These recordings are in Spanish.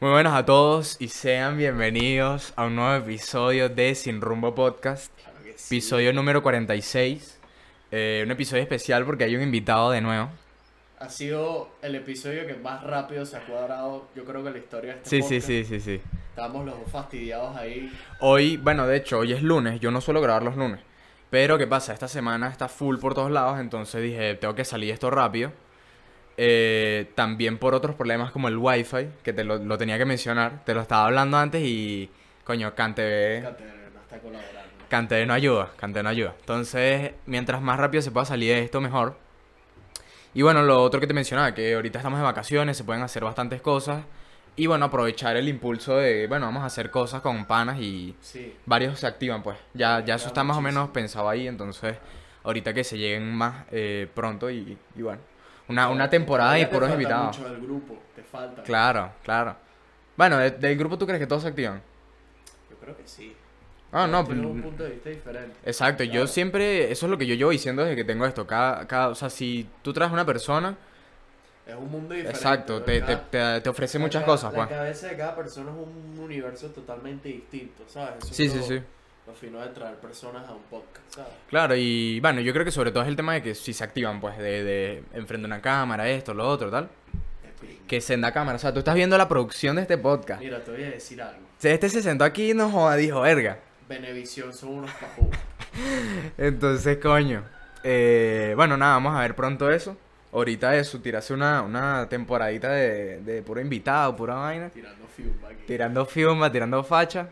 Muy buenas a todos y sean bienvenidos a un nuevo episodio de Sin Rumbo Podcast, Claro que sí. episodio número 46, un episodio especial porque hay un invitado de nuevo. Ha sido el episodio que más rápido se ha cuadrado, yo creo que en la historia de este Sí. podcast. Estábamos los dos fastidiados ahí. Hoy, bueno, de hecho, hoy es lunes, yo no suelo grabar los lunes, pero ¿qué pasa? Esta semana está full por todos lados, entonces dije, tengo que salir esto rápido. También por otros problemas como el wifi, que lo tenía que mencionar, te lo estaba hablando antes y, coño, CanTV No está colaborando. no ayuda, Cante no ayuda. Entonces, mientras más rápido se pueda salir de esto, mejor. Y bueno, lo otro que te mencionaba, que ahorita estamos de vacaciones, se pueden hacer bastantes cosas. Y bueno, aprovechar el impulso de, bueno, vamos a hacer cosas con panas y Sí, varios se activan, pues. Ya queda eso está más o menos muchísimo. pensado ahí, entonces, ahorita que se lleguen más pronto y bueno. Una temporada y Todavía te puros falta invitados. mucho del grupo, te falta. Claro. Bueno, del grupo, ¿tú crees que todos se activan? Yo creo que sí. Ah, no, Tienes un punto de vista diferente. exacto, yo Claro. siempre, eso es lo que yo llevo diciendo desde que tengo esto, o sea, si tú traes una persona, Es un mundo diferente. exacto, ¿no? te ofrece muchas La cosas, pues. cabeza de cada persona es un universo totalmente distinto, ¿sabes? Eso Sí, es sí. lo fino de traer personas a un podcast, ¿sabes? Claro, y bueno, yo creo que sobre todo es el tema de que si se activan, pues, de enfrente de una cámara, esto, lo otro, tal. Es pinga. Que senda cámara, o sea, tú estás viendo la producción de este podcast. Mira, te voy a decir algo. Este se sentó aquí y no joda, dijo, verga. Benevisión son unos cajudos. Entonces, coño. Bueno, nada, vamos a ver pronto eso. Ahorita eso, tirarse una temporadita de puro invitado, pura vaina. Tirando fiumba aquí. Tirando fiumba, tirando facha.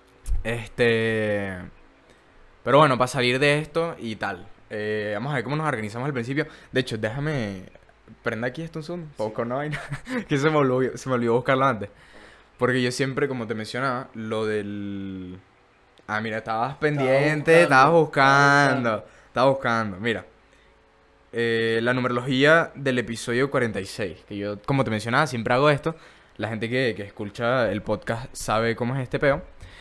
Pero bueno, para salir de esto y tal. Vamos a ver cómo nos organizamos al principio. De hecho, déjame. Prenda aquí esto un segundo. Para buscar una vaina. Que se me olvidó buscarlo antes. Porque yo siempre, como te mencionaba, lo del. Ah, mira, estabas pendiente, estabas buscando. Mira, la numerología del episodio 46, que yo, como te mencionaba, siempre hago esto. La gente que escucha el podcast sabe cómo es este peo.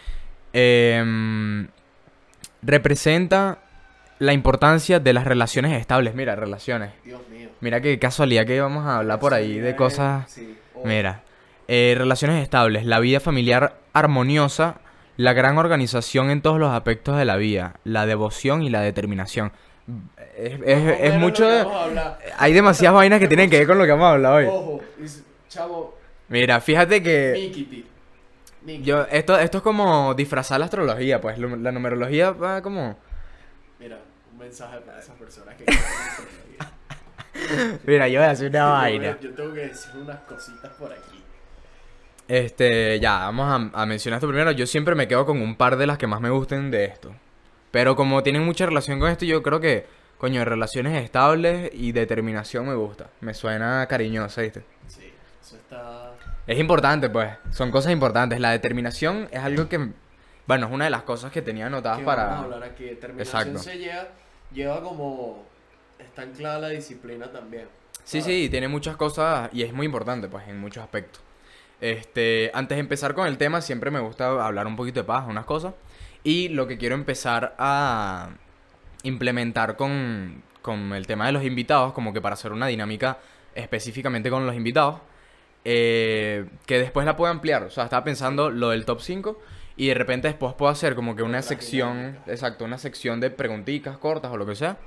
Representa la importancia de las relaciones estables. Mira, relaciones. Dios mío. Mira qué casualidad que vamos a hablar por ahí de cosas. Sí. Mira, relaciones estables, la vida familiar armoniosa, la gran organización en todos los aspectos de la vida, la devoción y la determinación. Es mucho de... Hay demasiadas vainas que tienen que ver con lo que vamos a hablar hoy. Ojo, chavo, Mira, fíjate que Nikiti. esto es como disfrazar la astrología, pues la numerología va como... Mira, un mensaje para esas personas que quieren astrología. Mira, yo voy a hacer una vaina. Yo tengo que decir unas cositas por aquí. Ya, vamos a mencionar esto primero. Yo siempre me quedo con un par de las que más me gusten de esto. Pero como tienen mucha relación con esto, yo creo que, coño, relaciones estables y determinación me gusta. Me suena cariñoso, ¿viste? Sí, eso está. Es importante, pues. Son cosas importantes. La determinación es algo que, bueno, es una de las cosas que tenía anotadas Que para... vamos a hablar aquí. Determinación Exacto. se lleva como. Está anclada la disciplina también. Sí, ¿sabes? sí, tiene muchas cosas y es muy importante, pues, en muchos aspectos. Antes de empezar con el tema, siempre me gusta hablar un poquito de paz, unas cosas. Y lo que quiero empezar a implementar con el tema de los invitados, como que para hacer una dinámica específicamente con los invitados, que después la puedo ampliar. O sea, estaba pensando lo del top 5 y de repente después puedo hacer como que una Otras sección, dinámicas. exacto, una sección de preguntitas cortas o lo que sea.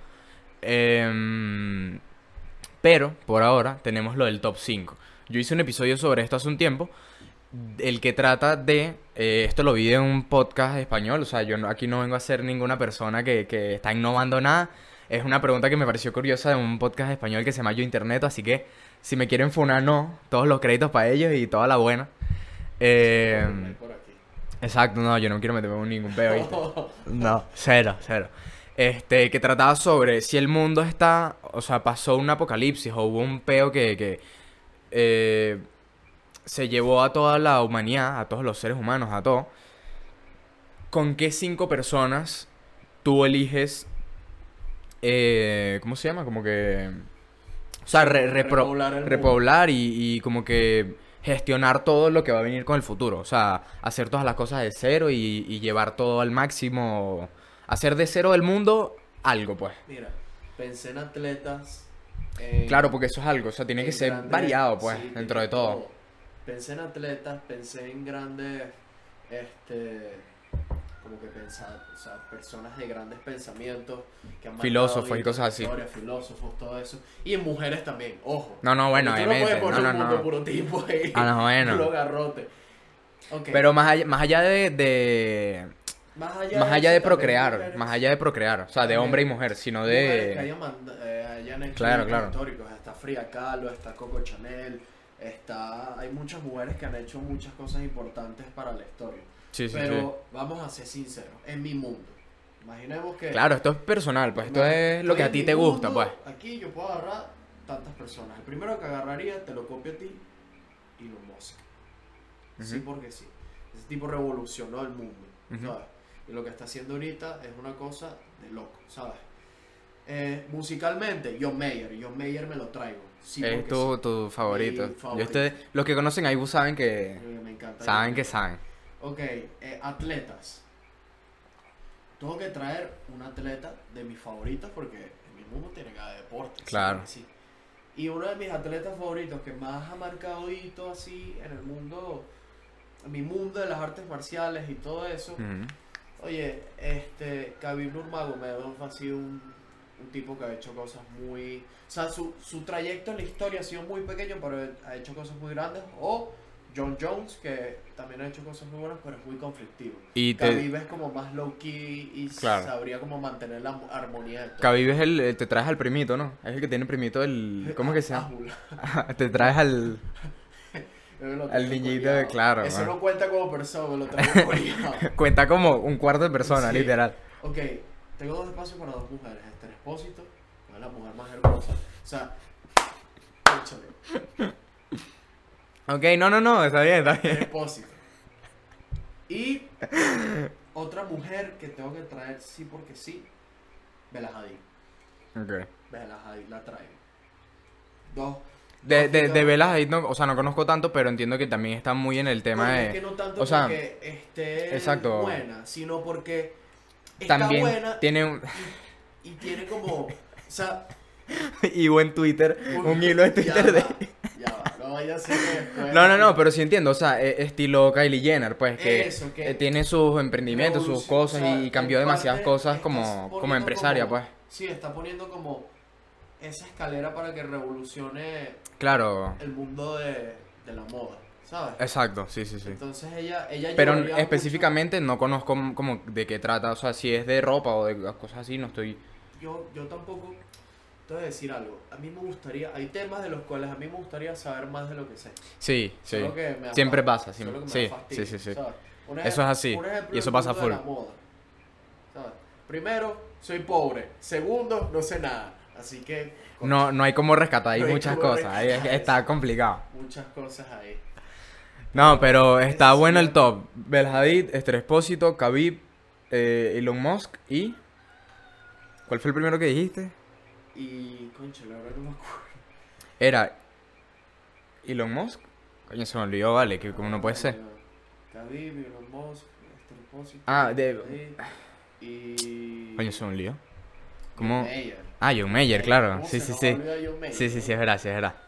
Pero por ahora tenemos lo del top 5. Yo hice un episodio sobre esto hace un tiempo, el que trata de, esto lo vi en un podcast español, o sea, aquí no vengo a ser ninguna persona que está innovando nada, es una pregunta que me pareció curiosa de un podcast español que se llama Yo Internet, así que si me quieren funar, no, todos los créditos para ellos y toda la buena. Por aquí. Exacto, no, yo no quiero meterme en ningún peo, ¿viste? No, cero. Que trataba sobre si el mundo está, o sea, pasó un apocalipsis o hubo un peo que se llevó a toda la humanidad, a todos los seres humanos, a todo. ¿Con qué 5 personas tú eliges, ¿cómo se llama? Como que, o sea, Repoblar el mundo. repoblar y como que gestionar todo lo que va a venir con el futuro. O sea, hacer todas las cosas de cero y llevar todo al máximo. Hacer de cero del mundo algo, pues. Mira, pensé en atletas. Claro, porque eso es algo, o sea, tiene que ser grandes- variado, pues, sí, dentro de tiene todo. pensé en atletas, pensé en grandes, como que pensar, o sea, personas de grandes pensamientos que han marcado Filósofos y hitos en cosas la así. historia, filósofos, todo eso. Y en mujeres también, ojo. No, no, bueno, Porque tú no puedes obviamente. No, poner no, un mundo no. puro tipo ahí, Ah, no, puro bueno. garrote. Ok, Pero más allá de más allá eso, de también procrear, mujeres, más allá de procrear, o sea, de también hombre y mujer, sino mujeres que de... hayan hecho Claro, hitos claro. históricos. Está Frida Kahlo, está Coco Chanel, hay muchas mujeres que han hecho muchas cosas importantes para la historia. Sí, sí, sí. Pero vamos a ser sinceros, en mi mundo. Imaginemos que Claro, esto es personal, pues esto es lo estoy que a en ti mi te gusta, mundo, pues. Aquí yo puedo agarrar tantas personas. El primero que agarraría, te lo copio a ti, Elon Musk. Sí, Ujú. porque sí. Ese tipo revolucionó el mundo, Ujú. ¿sabes? Y lo que está haciendo ahorita es una cosa de loco, ¿sabes? Musicalmente, John Mayer me lo traigo. Sí, Es porque tu favorito. Mi Yo favorito. los que conocen a Ibu saben que... Me encanta. Saben John que Mayer. saben. Ok, atletas. Tengo que traer un atleta de mis favoritos porque en mi mundo tiene que haber deporte. Claro. Sí. Y uno de mis atletas favoritos que más ha marcado hito así en el mundo, en mi mundo de las artes marciales y todo eso. Ujú. Oye, Khabib Nurmagomedov ha sido un tipo que ha hecho cosas muy... O sea, su trayecto en la historia ha sido muy pequeño, pero ha hecho cosas muy grandes. O John Jones, que también ha hecho cosas muy buenas, pero es muy conflictivo. Y Khabib es como más low-key y Claro. sabría como mantener la armonía de todo. Khabib es te traes al primito, ¿no? Es el que tiene primito el... ¿Cómo es que se llama? Ájula. Te traes al... Yo me lo Al traigo niñito, coreado. claro, Eso man. no cuenta como persona, me lo traigo coreado. Cuenta como un cuarto de persona, Sí. literal. Ok, tengo dos espacios para dos mujeres. Esther Expósito, que es la mujer más hermosa. O sea, échale. Ok, no, está bien, está Esther bien. Expósito. Y otra mujer que tengo que traer sí porque sí, Bella Hadid. Ok. Bella Hadid la traigo. Dos. De chicas- Velas ahí, no, o sea, no conozco tanto, pero entiendo que también está muy en el tema Bueno, de... es que no tanto o sea, porque esté exacto. buena, sino porque está También buena tiene un... y tiene como, o sea, y buen Twitter, un hilo de Twitter de... Ya va, no vaya a ser que después... No, pero sí entiendo, o sea, estilo Kylie Jenner, pues, que Eso, que tiene sus emprendimientos, sus cosas o sea, y cambió en demasiadas parte cosas estás como poniendo empresaria, como- pues. Sí, está poniendo como esa escalera para que revolucione Claro, el mundo de la moda, ¿sabes? exacto, sí. Entonces ella Pero llevaría específicamente no conozco como de qué trata, o sea, si es de ropa o de cosas así, no estoy... yo tampoco te voy a decir algo. A mí me gustaría, hay temas de los cuales a mí me gustaría saber más de lo que sé. Sí. Solo que me da Siempre fa- pasa, solo que me da sí, fastidio, sí. ¿sabes? Un Eso es así, un ejemplo y eso del pasa mundo de full. la moda, ¿sabes? Primero, soy pobre. Segundo, no sé nada. Así que No hay como rescatar, hay No hay muchas cómo cosas, ahí rescatar está eso. complicado. muchas cosas ahí. No, pero está Eso bueno sí. el top. Bel Hadid, Esther Expósito, Khabib, Elon Musk y... ¿Cuál fue el primero que dijiste? Y, concha, la verdad no me acuerdo. Era... ¿Elon Musk? Coño, se me olvidó, vale, que como no puede ser. Khabib, Elon Musk, Esther Expósito, Ah, y... Coño, se me olvidó. John ¿Cómo? Mayer. Ah, John Mayer, claro. ¿Cómo Sí, se sí, nos sí. olvida John Mayer, Sí, no? es verdad, sí, es verdad.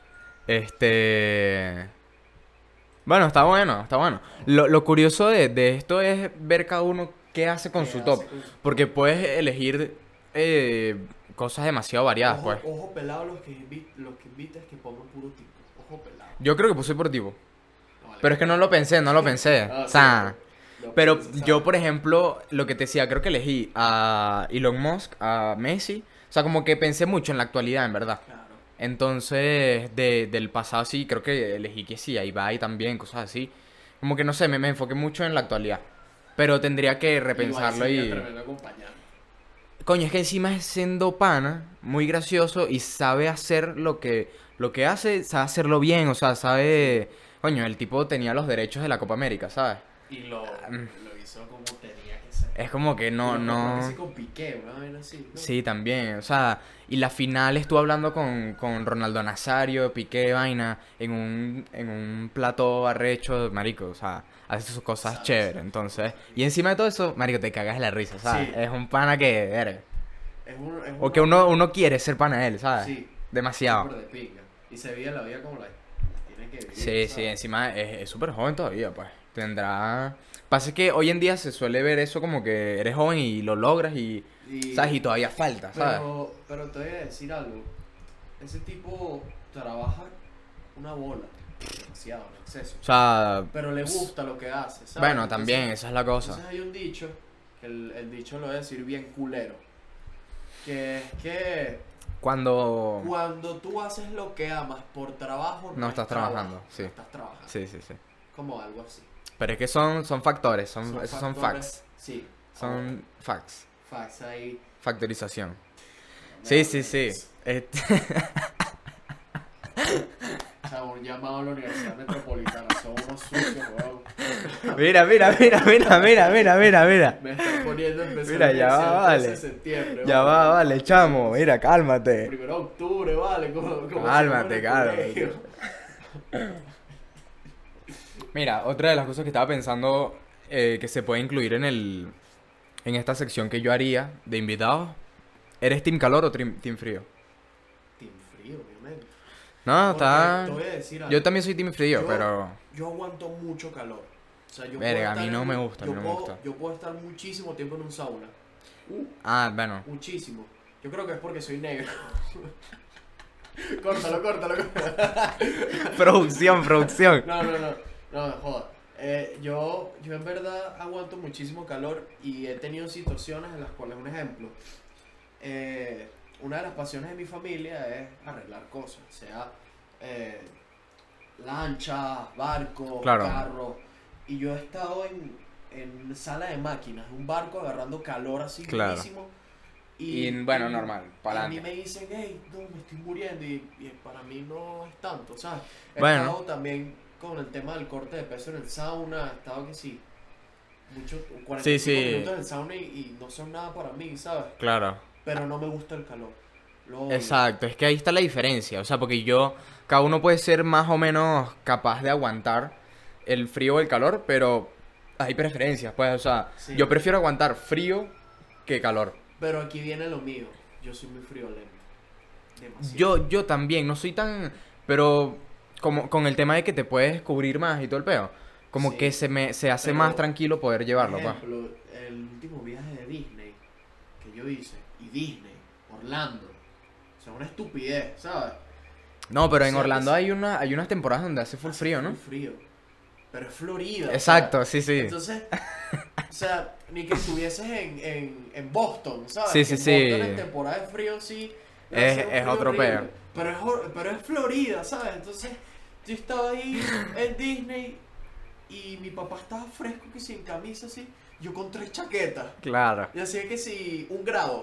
Bueno, está bueno, está bueno. Lo curioso de esto es ver cada uno qué hace con ¿Qué su hace top. con su Porque puedes elegir cosas demasiado variadas, ojo, pues. ojo pelado los que invitas que pongan puro tipo. Ojo pelado. Yo creo que puse por tipo. No, vale. Pero es que no lo pensé. Ah, O sí, sea, lo pero piensas, yo, ¿sabes? por ejemplo, lo que te decía, creo que elegí a Elon Musk, a Messi. O sea, como que pensé mucho en la actualidad, en verdad. Claro. Entonces, del pasado sí, creo que elegí que sí, a Ibai también, cosas así. Como que no sé, me enfoqué mucho en la actualidad. Pero tendría que repensarlo Igual sería y... tremendo acompañante. Coño, es que encima es siendo pana, muy gracioso y sabe hacer lo que hace, sabe hacerlo bien, o sea, sabe... Coño, el tipo tenía los derechos de la Copa América, ¿sabes? Y lo hizo como tenía que ser. Es como que Y no, lo no... compró casi con Piqué, una vaina así, ¿no? Sí, también, o sea, y la final estuve hablando con Ronaldo Nazario, Piqué, vaina, en un plató arrecho, marico, o sea, hace sus cosas Sabes. chéveres, entonces, y encima de todo eso, marico, te cagas de la risa, ¿sabes? Sí. Es un pana que, verga, Es o que uno quiere ser pana de él, ¿sabes? Sí. Demasiado. Súper de pinga. Y se veía la vida como la tiene que vivir. Sí, sí, ¿sabes? encima es súper joven todavía, pues. Tendrá... Pasa que hoy en día se suele ver eso como que eres joven y lo logras y... ¿Sabes? Y todavía falta, ¿sabes? Pero te voy a decir algo. Ese tipo trabaja una bola. Demasiado, en exceso. O sea... Pero le gusta lo que hace, ¿sabes? Bueno, Entonces- también, esa es la cosa. Entonces hay un dicho, que el dicho lo voy a decir bien culero. Que es que Cuando... cuando tú haces lo que amas por trabajo, No es estás trabajo, trabajando, sí. no estás trabajando. Sí, sí, sí. Como algo así. Pero es que son factores, esos son factores- facts. Sí. Son facts. Facts ahí. Factorización. Sí, sí, sí. O sea, un llamado a la Universidad Metropolitana. Son unos sucios, weón. Mira, mira, mira, mira, mira, mira, mira, mira. Me están poniendo en Mira, ya va, vale. de septiembre. Ya va, vale, chamo. Mira, cálmate. Primero de octubre, vale. Como Cálmate, en el cálmate. colegio. Mira, otra de las cosas que estaba pensando que se puede incluir en esta sección que yo haría de invitados. ¿Eres team calor o team frío? Team frío, obviamente. No, Porque está... te voy a decir algo. Yo también soy team frío, Yo- pero... Yo aguanto mucho calor. O sea, yo Verga, puedo a mí estar no en me un- gusta, a yo mí no me puedo- gusta. Yo puedo estar muchísimo tiempo en un sauna. Ah, bueno. Muchísimo. Yo creo que es porque soy negro. Córtalo, córtalo. Producción, producción. No, joda. Yo en verdad aguanto muchísimo calor y he tenido situaciones en las cuales, un ejemplo, una de las pasiones de mi familia es arreglar cosas, sea lanchas, barcos, Claro. carros, y yo he estado en sala de máquinas, un barco agarrando calor así Claro. durísimo. Y, bueno, normal, y para a mí adelante. me dicen, hey, no, me estoy muriendo y para mí no es tanto, ¿sabes? He Bueno. estado también con el tema del corte de peso en el sauna, he estado que sí, mucho, 45 Sí, sí. minutos en el sauna y no son nada para mí, ¿sabes? Claro. Pero no me gusta el calor. Lo odio. Exacto, es que ahí está la diferencia. O sea, porque cada uno puede ser más o menos capaz de aguantar el frío o el calor, pero hay preferencias, pues. O sea, Sí. yo prefiero aguantar frío que calor. Pero aquí viene lo mío, yo soy muy friolento. Demasiado. Yo también, no soy tan... Pero como con el tema de que te puedes cubrir más y todo el peo. Como Sí. que se hace Pero, más tranquilo poder llevarlo, Por pues. ejemplo, el último viaje de Disney que yo hice, y Disney, Orlando, o sea, una estupidez, ¿sabes? No, pero en Sí, Orlando sí. hay unas temporadas donde hace full frío, ¿no? Full frío. Pero es Florida. o Exacto, sea, sí, sí. Entonces, o sea, ni que estuvieses en Boston, ¿sabes? Sí, Que sí, en sí. Boston en temporada de frío sí. va a Es- ser un es frío otro horrible. peo. Pero es Florida, ¿sabes? Entonces, yo estaba ahí en Disney y mi papá estaba fresco que sin camisa así. Yo con 3 chaquetas. Claro. Y así que si 1 grado.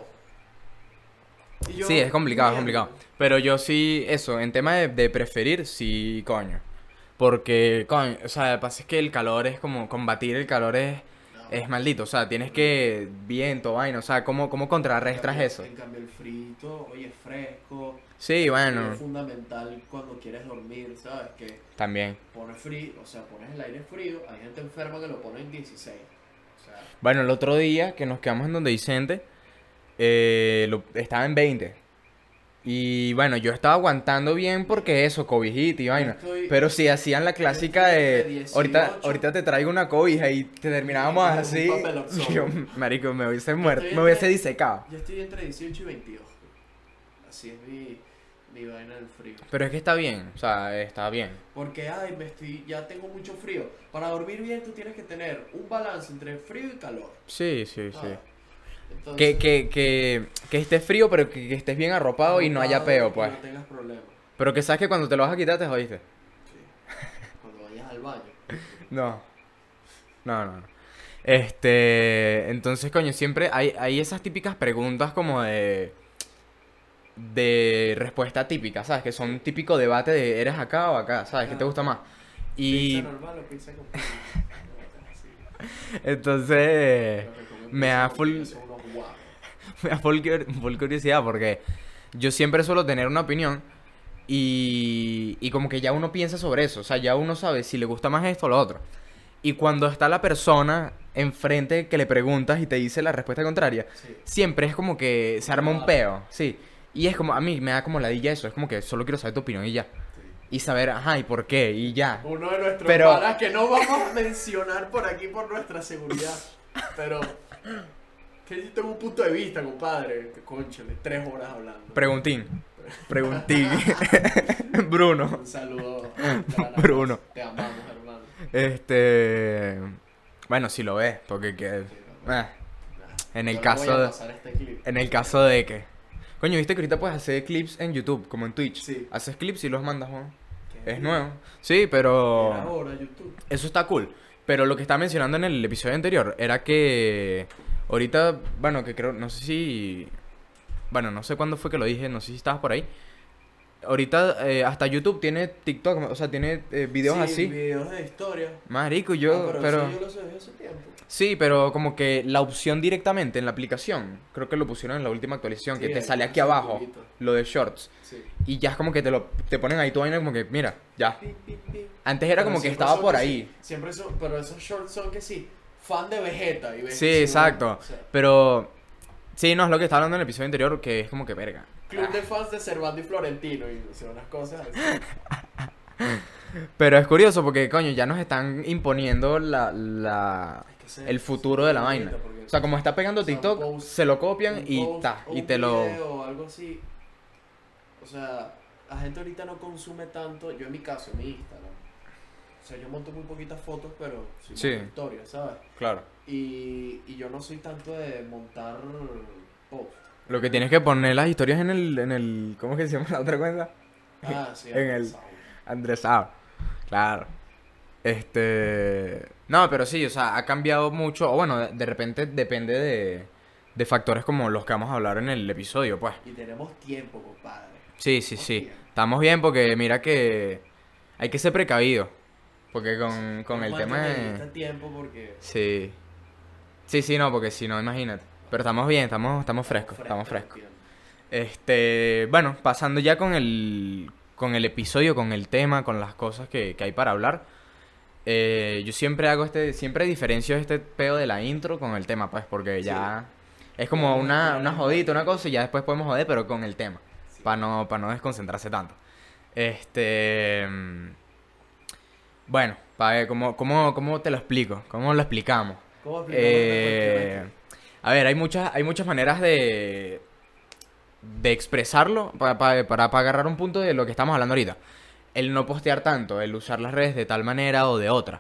Y yo, Sí, es complicado, es mierda. complicado. Pero yo sí, eso, en tema de preferir, sí, coño. Porque, coño, o sea, lo que pasa es que el calor es como, combatir el calor No. es maldito. O sea, tienes que, viento, vaina, o sea, ¿cómo contrarrestas En cambio- eso? En cambio el frito, oye, fresco. Sí, Es bueno, fundamental cuando quieres dormir, ¿sabes? Que también. pones frío, o sea, pones el aire frío, hay gente enferma que lo pone en 16. O sea, Bueno, el otro día que nos quedamos en donde Vicente, estaba en 20. Y bueno, yo estaba aguantando bien porque eso, cobijita y vaina. estoy- Pero si hacían la clásica estoy de, de ahorita, 18. ahorita te traigo una cobija y te terminábamos Un así. papel oxomo. Yo, marico, me hubiese muerto, estoy me hubiese entre- disecado. yo estoy entre 18 y 22. Así es mi vaina del frío. Pero es que está bien, o sea, está bien. Porque, ay, ya tengo mucho frío. Para dormir bien tú tienes que tener un balance entre frío y calor. Sí, sí, sí. ¿sabes? Entonces, Que estés frío, pero que estés bien arropado y no haya peo, y pues. no tengas problemas. Pero que sabes que cuando te lo vas a quitar te jodiste. Sí. Cuando vayas al baño. No. No. Entonces, coño, siempre hay esas típicas preguntas como de respuesta típica, ¿sabes? Que son típico debate de ¿eres acá o acá? ¿Sabes? ¿Qué te gusta más? Y Pizza normal o pizza con piña. Sí. entonces Pero recomiendo me pizza da con full, piña, son unos guapos. me da full curiosidad porque yo siempre suelo tener una opinión y como que ya uno piensa sobre eso, o sea, ya uno sabe si le gusta más esto o lo otro. Y cuando está la persona enfrente que le preguntas y te dice la respuesta contraria, Sí. siempre es como que se arma un peo, sí. Y es como, a mí me da como ladilla eso, es como que solo quiero saber tu opinión y ya. Sí. y saber, ajá, y por qué, y ya. Uno de nuestros Pero- panas que no vamos a mencionar por aquí por nuestra seguridad. Pero que yo tengo un punto de vista, compadre. Cónchale, 3 horas hablando. Preguntín. Bruno. Un saludo. Gran Bruno. abrazo. Te amamos, hermano. Bueno, si lo ves, porque que... En el Yo le caso voy a de- pasar este clip. En el caso de que... Coño, viste que ahorita puedes hacer clips en YouTube, como en Twitch. Sí. Haces clips y los mandas, Juan. ¿Qué? Es nuevo. Sí, pero... Era ahora YouTube. Eso está cool. Pero lo que estaba mencionando en el episodio anterior era que... Ahorita, bueno, que creo... No sé si... Bueno, no sé cuándo fue que lo dije, no sé si estabas por ahí. Ahorita hasta YouTube tiene TikTok, o sea, tiene videos Sí, así. videos de historia. Marico, Ah, yo... pero eso yo lo sé desde hace tiempo. Sí, pero como que la opción directamente en la aplicación, creo que lo pusieron en la última actualización, que Sí, te el sale aquí abajo, circulito. lo de shorts. Sí. Y ya es como que te ponen ahí tu vaina como que, mira, ya. Pi, pi, pi. Antes era Pero como que siempre estaba son por que ahí. sí, siempre son, pero esos shorts son que sí, fan de Vegeta y Vegeta. Sí, exacto. O sea, Pero, sí, no, es lo que estaba hablando en el episodio anterior, que es como que verga. club de fans de Servando y Florentino y o sea, unas cosas así. Pero es curioso porque, coño, ya nos están imponiendo el futuro de la vaina. O sea, como está pegando o sea, un TikTok, post- se lo copian un y post ta, o y un te lo... video o algo así. O sea, la gente ahorita no consume tanto, yo en mi caso, en mi Instagram. O sea, yo monto muy poquitas fotos, pero Sí. monto historias, ¿sabes? Claro. Y yo no soy tanto de montar posts. Lo que tienes que poner las historias en el ¿cómo es que se llama la otra cuenta? Ah, sí, En el- Saúl. Andrés Saab. Claro. No, pero sí, o sea, ha cambiado mucho. O bueno, de repente depende de factores como los que vamos a hablar en el episodio, pues. Y tenemos tiempo, compadre. Sí, sí, sí. Bien. Estamos bien porque mira que hay que ser precavido. Porque con el Vamos a tema tener de... tiempo porque Sí. Sí, sí, no, porque si no, imagínate. Pero estamos bien, estamos frescos, estamos frescos. Bueno, pasando ya con el episodio, con el tema, con las cosas que hay para hablar. Yo siempre siempre diferencio este pedo de la intro con el tema, pues, porque ya es como una jodita, una cosa, y ya después podemos joder, pero con el tema, Sí. para no desconcentrarse tanto. Bueno, para ver, ¿cómo te lo explico? ¿Cómo lo explicamos? ¿Cómo explicamos esta Eh, cuestión a ver, hay muchas maneras de expresarlo para agarrar un punto de lo que estamos hablando ahorita. El no postear tanto, el usar las redes de tal manera o de otra.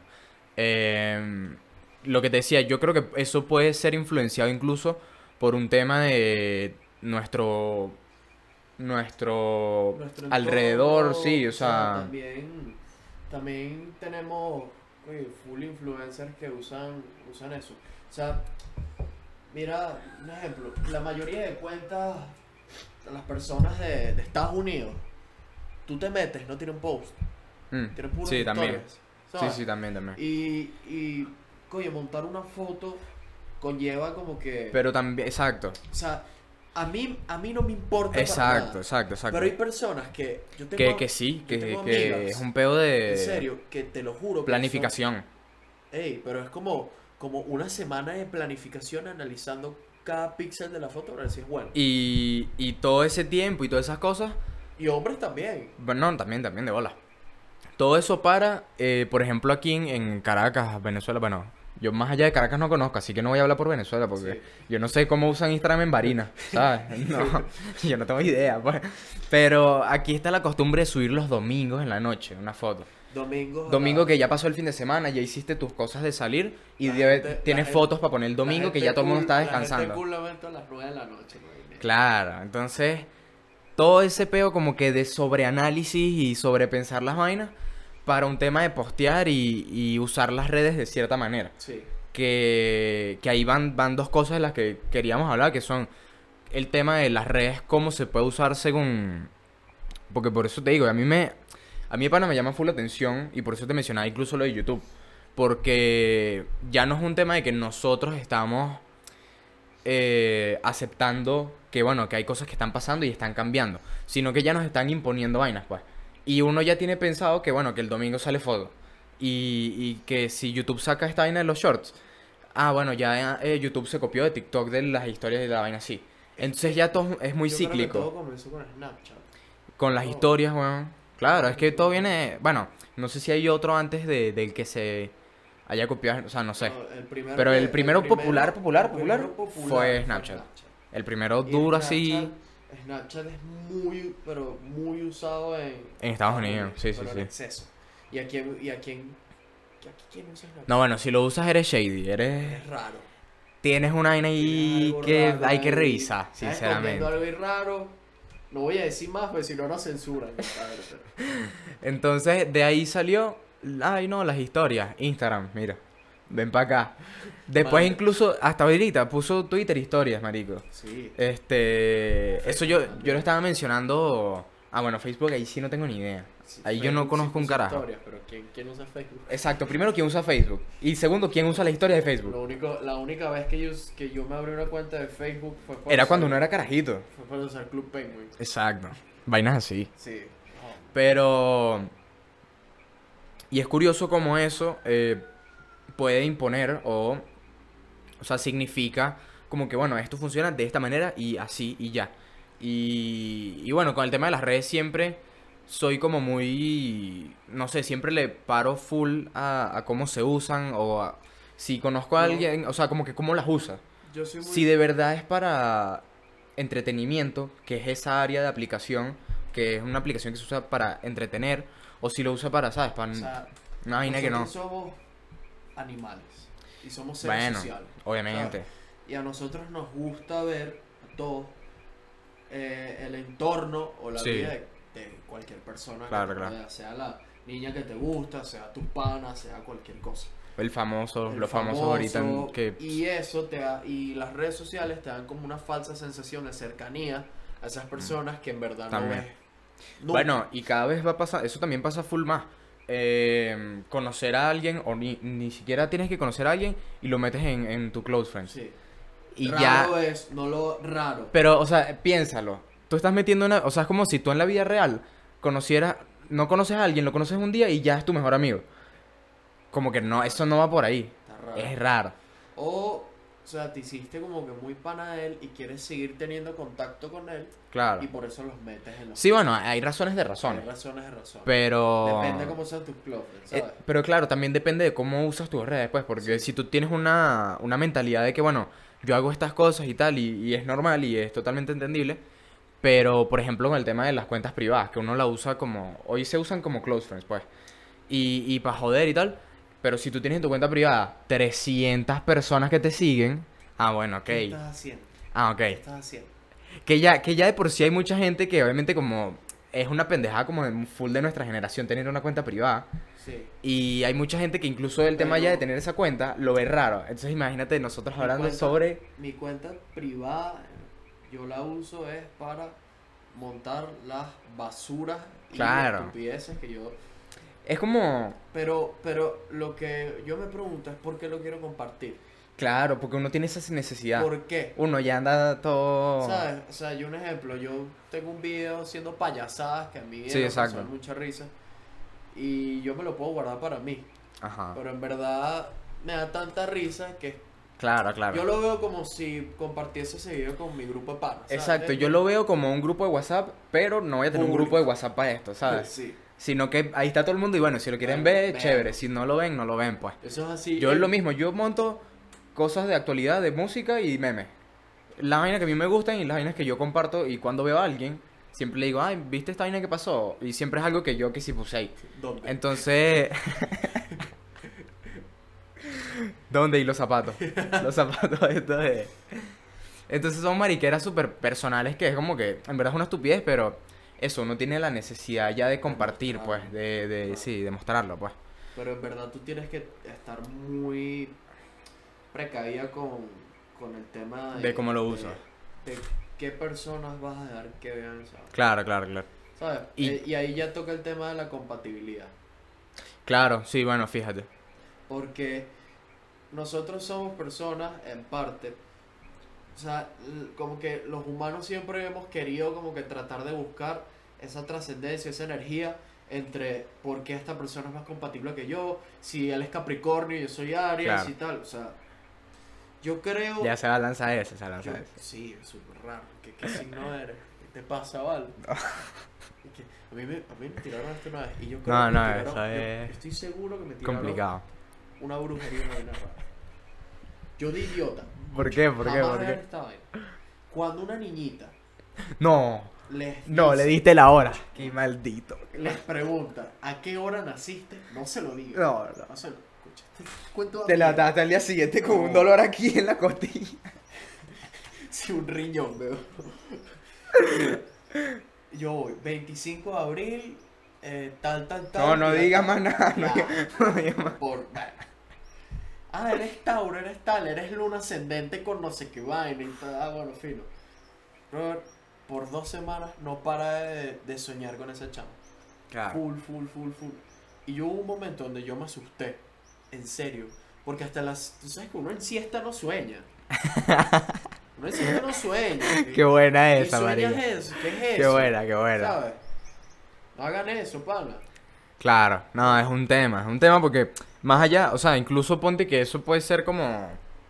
Lo que te decía, yo creo que eso puede ser influenciado incluso por un tema de nuestro nuestro alrededor, entorno? sí, o sea, también tenemos full influencers que usan eso. O sea, mira, un ejemplo, la mayoría de cuentas de las personas de Estados Unidos, tú te metes, no tienen post, tienen puras sí, también. historias, Sí, ¿sabes? sí, también. Y coño, montar una foto conlleva como que... Pero también, exacto, O sea, a mí no me importa para exacto, nada. exacto. Pero hay personas que... Yo tengo, Que sí, yo que tengo que amigas, es un pedo de en serio, que te lo juro que planificación. son- ey, pero es como una semana de planificación analizando cada píxel de la foto para ver si es bueno. Y todo ese tiempo y todas esas cosas, Y hombres también. bueno, no, también de bola. Todo eso por ejemplo, aquí en Caracas, Venezuela, bueno, yo más allá de Caracas no conozco, así que no voy a hablar por Venezuela porque Sí. yo no sé cómo usan Instagram en Barinas, ¿sabes? No, yo no tengo idea, pues. Pero aquí está la costumbre de subir los domingos en la noche una foto. Domingo que ya pasó el fin de semana, ya hiciste tus cosas de salir y tienes fotos para poner el domingo que ya todo el mundo está descansando. La gente a las 9 de la noche. ¿No? Claro, entonces todo ese peo como que de sobreanálisis y sobrepensar las vainas para un tema de postear y usar las redes de cierta manera. Sí. Que ahí van dos cosas de las que queríamos hablar, que son el tema de las redes, cómo se puede usar según... Porque por eso te digo, a mí pana me llama full la atención y por eso te mencionaba incluso lo de YouTube. Porque ya no es un tema de que nosotros estamos aceptando que, bueno, que hay cosas que están pasando y están cambiando, sino que ya nos están imponiendo vainas, pues. Y uno ya tiene pensado que, bueno, que el domingo sale foto. Y que si YouTube saca esta vaina de los shorts, bueno, ya YouTube se copió de TikTok de las historias de la vaina así. Entonces ya todo es muy Yo creo que cíclico. todo comenzó con Snapchat. Con las todo. historias, weón. Claro, es que todo viene... Bueno, no sé si hay otro antes del que se haya copiado, o sea, no sé. No, el primero Pero que, el primero popular, el primero fue popular fue Snapchat. Snapchat. El primero Y duro así Snapchat es muy, pero muy usado en Estados Unidos, sí, sí, pero en sí. exceso. ¿Quién usa Snapchat? No, bueno, si lo usas eres shady, Es raro. Tienes una vaina Tienes ahí algo que raro hay que ahí. revisar, Estás escondiendo sinceramente. algo ahí raro. No voy a decir más, porque si no nos censuran. A ver, Entonces, de ahí salió, ay no, las historias, Instagram, mira, ven para acá. Después Mande. incluso, hasta ahorita, puso Twitter historias, marico. Sí. Eso yo lo también. estaba mencionando, bueno, Facebook ahí sí no tengo ni idea. Sí, Ahí yo no Facebook sí conozco un puso carajo. historias, pero ¿quién usa Facebook? Exacto, primero, ¿quién usa Facebook? Y segundo, ¿quién usa la historia de Facebook? La única vez que yo me abrí una cuenta de Facebook fue para Era cuando uno era carajito. fue para usar Club Penguin. Exacto. Vainas así. Sí. Pero... Y es curioso cómo eso puede imponer o sea, significa como que, bueno, esto funciona de esta manera y así y ya. Y bueno, con el tema de las redes siempre soy como muy, no sé, siempre le paro full a cómo se usan si conozco a Yo, alguien, o sea, como que cómo las usa. yo soy Si muy... de verdad es para entretenimiento, que es esa área de aplicación, que es una aplicación que se usa para entretener, o si lo usa para, ¿sabes? Para O sea, una vaina que no. nosotros somos animales y somos seres Bueno, sociales. obviamente. ¿Sabes? Y a nosotros nos gusta ver a todos el entorno o la Sí, vida de cualquier persona claro, que te claro. rodea, sea la niña que te gusta, sea tus panas, sea cualquier cosa. El famoso, El los famosos ahorita famoso, que... y eso y las redes sociales te dan como una falsa sensación de cercanía a esas personas que en verdad También. no ves nunca. Bueno, y cada vez va a pasar, eso también pasa full más. Conocer a alguien, o ni siquiera tienes que conocer a alguien y lo metes en tu close friends. Sí. Y Raro ya, es, no lo raro. pero, o sea, piénsalo. Tú estás metiendo o sea, es como si tú en la vida real conocieras, no conoces a alguien, lo conoces un día y ya es tu mejor amigo. Como que no, eso no va por ahí. Está raro. Es raro. O sea, te hiciste como que muy pana de él y quieres seguir teniendo contacto con él Claro. y por eso los metes en los... Sí, bueno, hay razones de Hay razones. razones de razón. Pero... Depende de cómo sean tus close friends, ¿sabes? Pero claro, también depende de cómo usas tus redes, pues, porque Sí. si tú tienes una mentalidad de que, bueno, yo hago estas cosas y tal, y es normal y es totalmente entendible, pero, por ejemplo, con el tema de las cuentas privadas, que uno la usa como, hoy se usan como close friends, pues, y para joder y tal, pero si tú tienes en tu cuenta privada 300 personas que te siguen, bueno, ok, ¿Qué estás haciendo? ok, ¿Qué estás haciendo? que ya de por sí hay mucha gente que obviamente como es una pendejada como de full de nuestra generación tener una cuenta privada. Sí. Y hay mucha gente que incluso el tema Pero- ya de tener esa cuenta lo ve raro. Entonces imagínate nosotros Mi hablando cuenta- sobre... Mi cuenta privada, yo la uso es para montar las basuras y Claro. estupideces que yo... Es como... Pero lo que yo me pregunto es por qué lo quiero compartir. Claro, porque uno tiene esa necesidad. ¿Por qué? Uno ya anda todo... ¿Sabes? O sea, yo un ejemplo, yo tengo un video haciendo payasadas que a mí Sí, me exacto. causan mucha risa y yo me lo puedo guardar para mí, Ajá. pero en verdad me da tanta risa que Claro, claro. yo lo veo como si compartiese ese video con mi grupo de panas. ¿sabes? Exacto, yo lo veo como un grupo de WhatsApp, pero no voy a tener un Público. grupo de WhatsApp para esto, ¿sabes? Sí, Sino que ahí está todo el mundo y bueno, si lo quieren Bueno, ver, vean. chévere. Si no lo ven, no lo ven, pues. eso es así. Yo es lo mismo, yo monto cosas de actualidad, de música y memes. Las vainas que a mí me gustan y las vainas que yo comparto y cuando veo a alguien, siempre le digo, ay, ¿viste esta vaina que pasó? Y siempre es algo que yo que sí puse ahí. ¿Dónde? Entonces... ¿Dónde? Y los zapatos. Los zapatos estos de... Entonces son mariqueras súper personales que es como que, en verdad es una estupidez, pero eso, uno tiene la necesidad ya de compartir, pues, Claro. sí, de mostrarlo, pues. Pero en verdad tú tienes que estar muy precavida con el tema De cómo lo usas. de qué personas vas a dejar que vean esa. Claro, claro, claro. ¿Sabes? Y- Y ahí ya toca el tema de la compatibilidad. Claro, sí, bueno, fíjate. Porque nosotros somos personas, en parte, o sea, como que los humanos siempre hemos querido como que tratar de buscar esa trascendencia, esa energía entre por qué esta persona es más compatible que yo, si él es Capricornio y yo soy Aries Claro. y tal, o sea, yo creo... Ya se va a lanzar ese, se va a lanzar yo- ese. sí, es súper raro, ¿qué signo eres? te pasa, ¿vale? Es que a mí me tiraron esto una vez y yo creo No, que no, me tiraron, eso es estoy seguro que me tiraron complicado. una brujería y una vaina rara. Yo de idiota. ¿Por qué? ¿Por qué? Jamás ¿Por voy a ver qué? esta vaina. Cuando una niñita No, les no, dice- le diste la hora. Qué maldito. les pregunta ¿a qué hora naciste? No se lo diga. No, no. No se lo escucha. Este cuento Te levantaste al día siguiente con un No. dolor aquí en la costilla. Sí, un riñón, veo. Yo voy, 25 de abril, tal. No día digas tal. más nada. Ya, No digas más. por, bueno. Ah, eres Tauro, eres tal, eres luna ascendente con no sé qué vaina y tal. Ah, bueno, fino. Robert, por 2 semanas no para de soñar con esa chama. Claro. Full. Y yo hubo un momento donde yo me asusté. En serio. Porque hasta las... Tú sabes que uno en siesta no sueña. Uno en siesta no sueña. Qué buena ¿Y esa, sueñas María. eso? ¿Qué es eso? Qué buena, qué buena. ¿Sabes? No hagan eso, pana. Claro, no, es un tema porque más allá, o sea, incluso ponte que eso puede ser como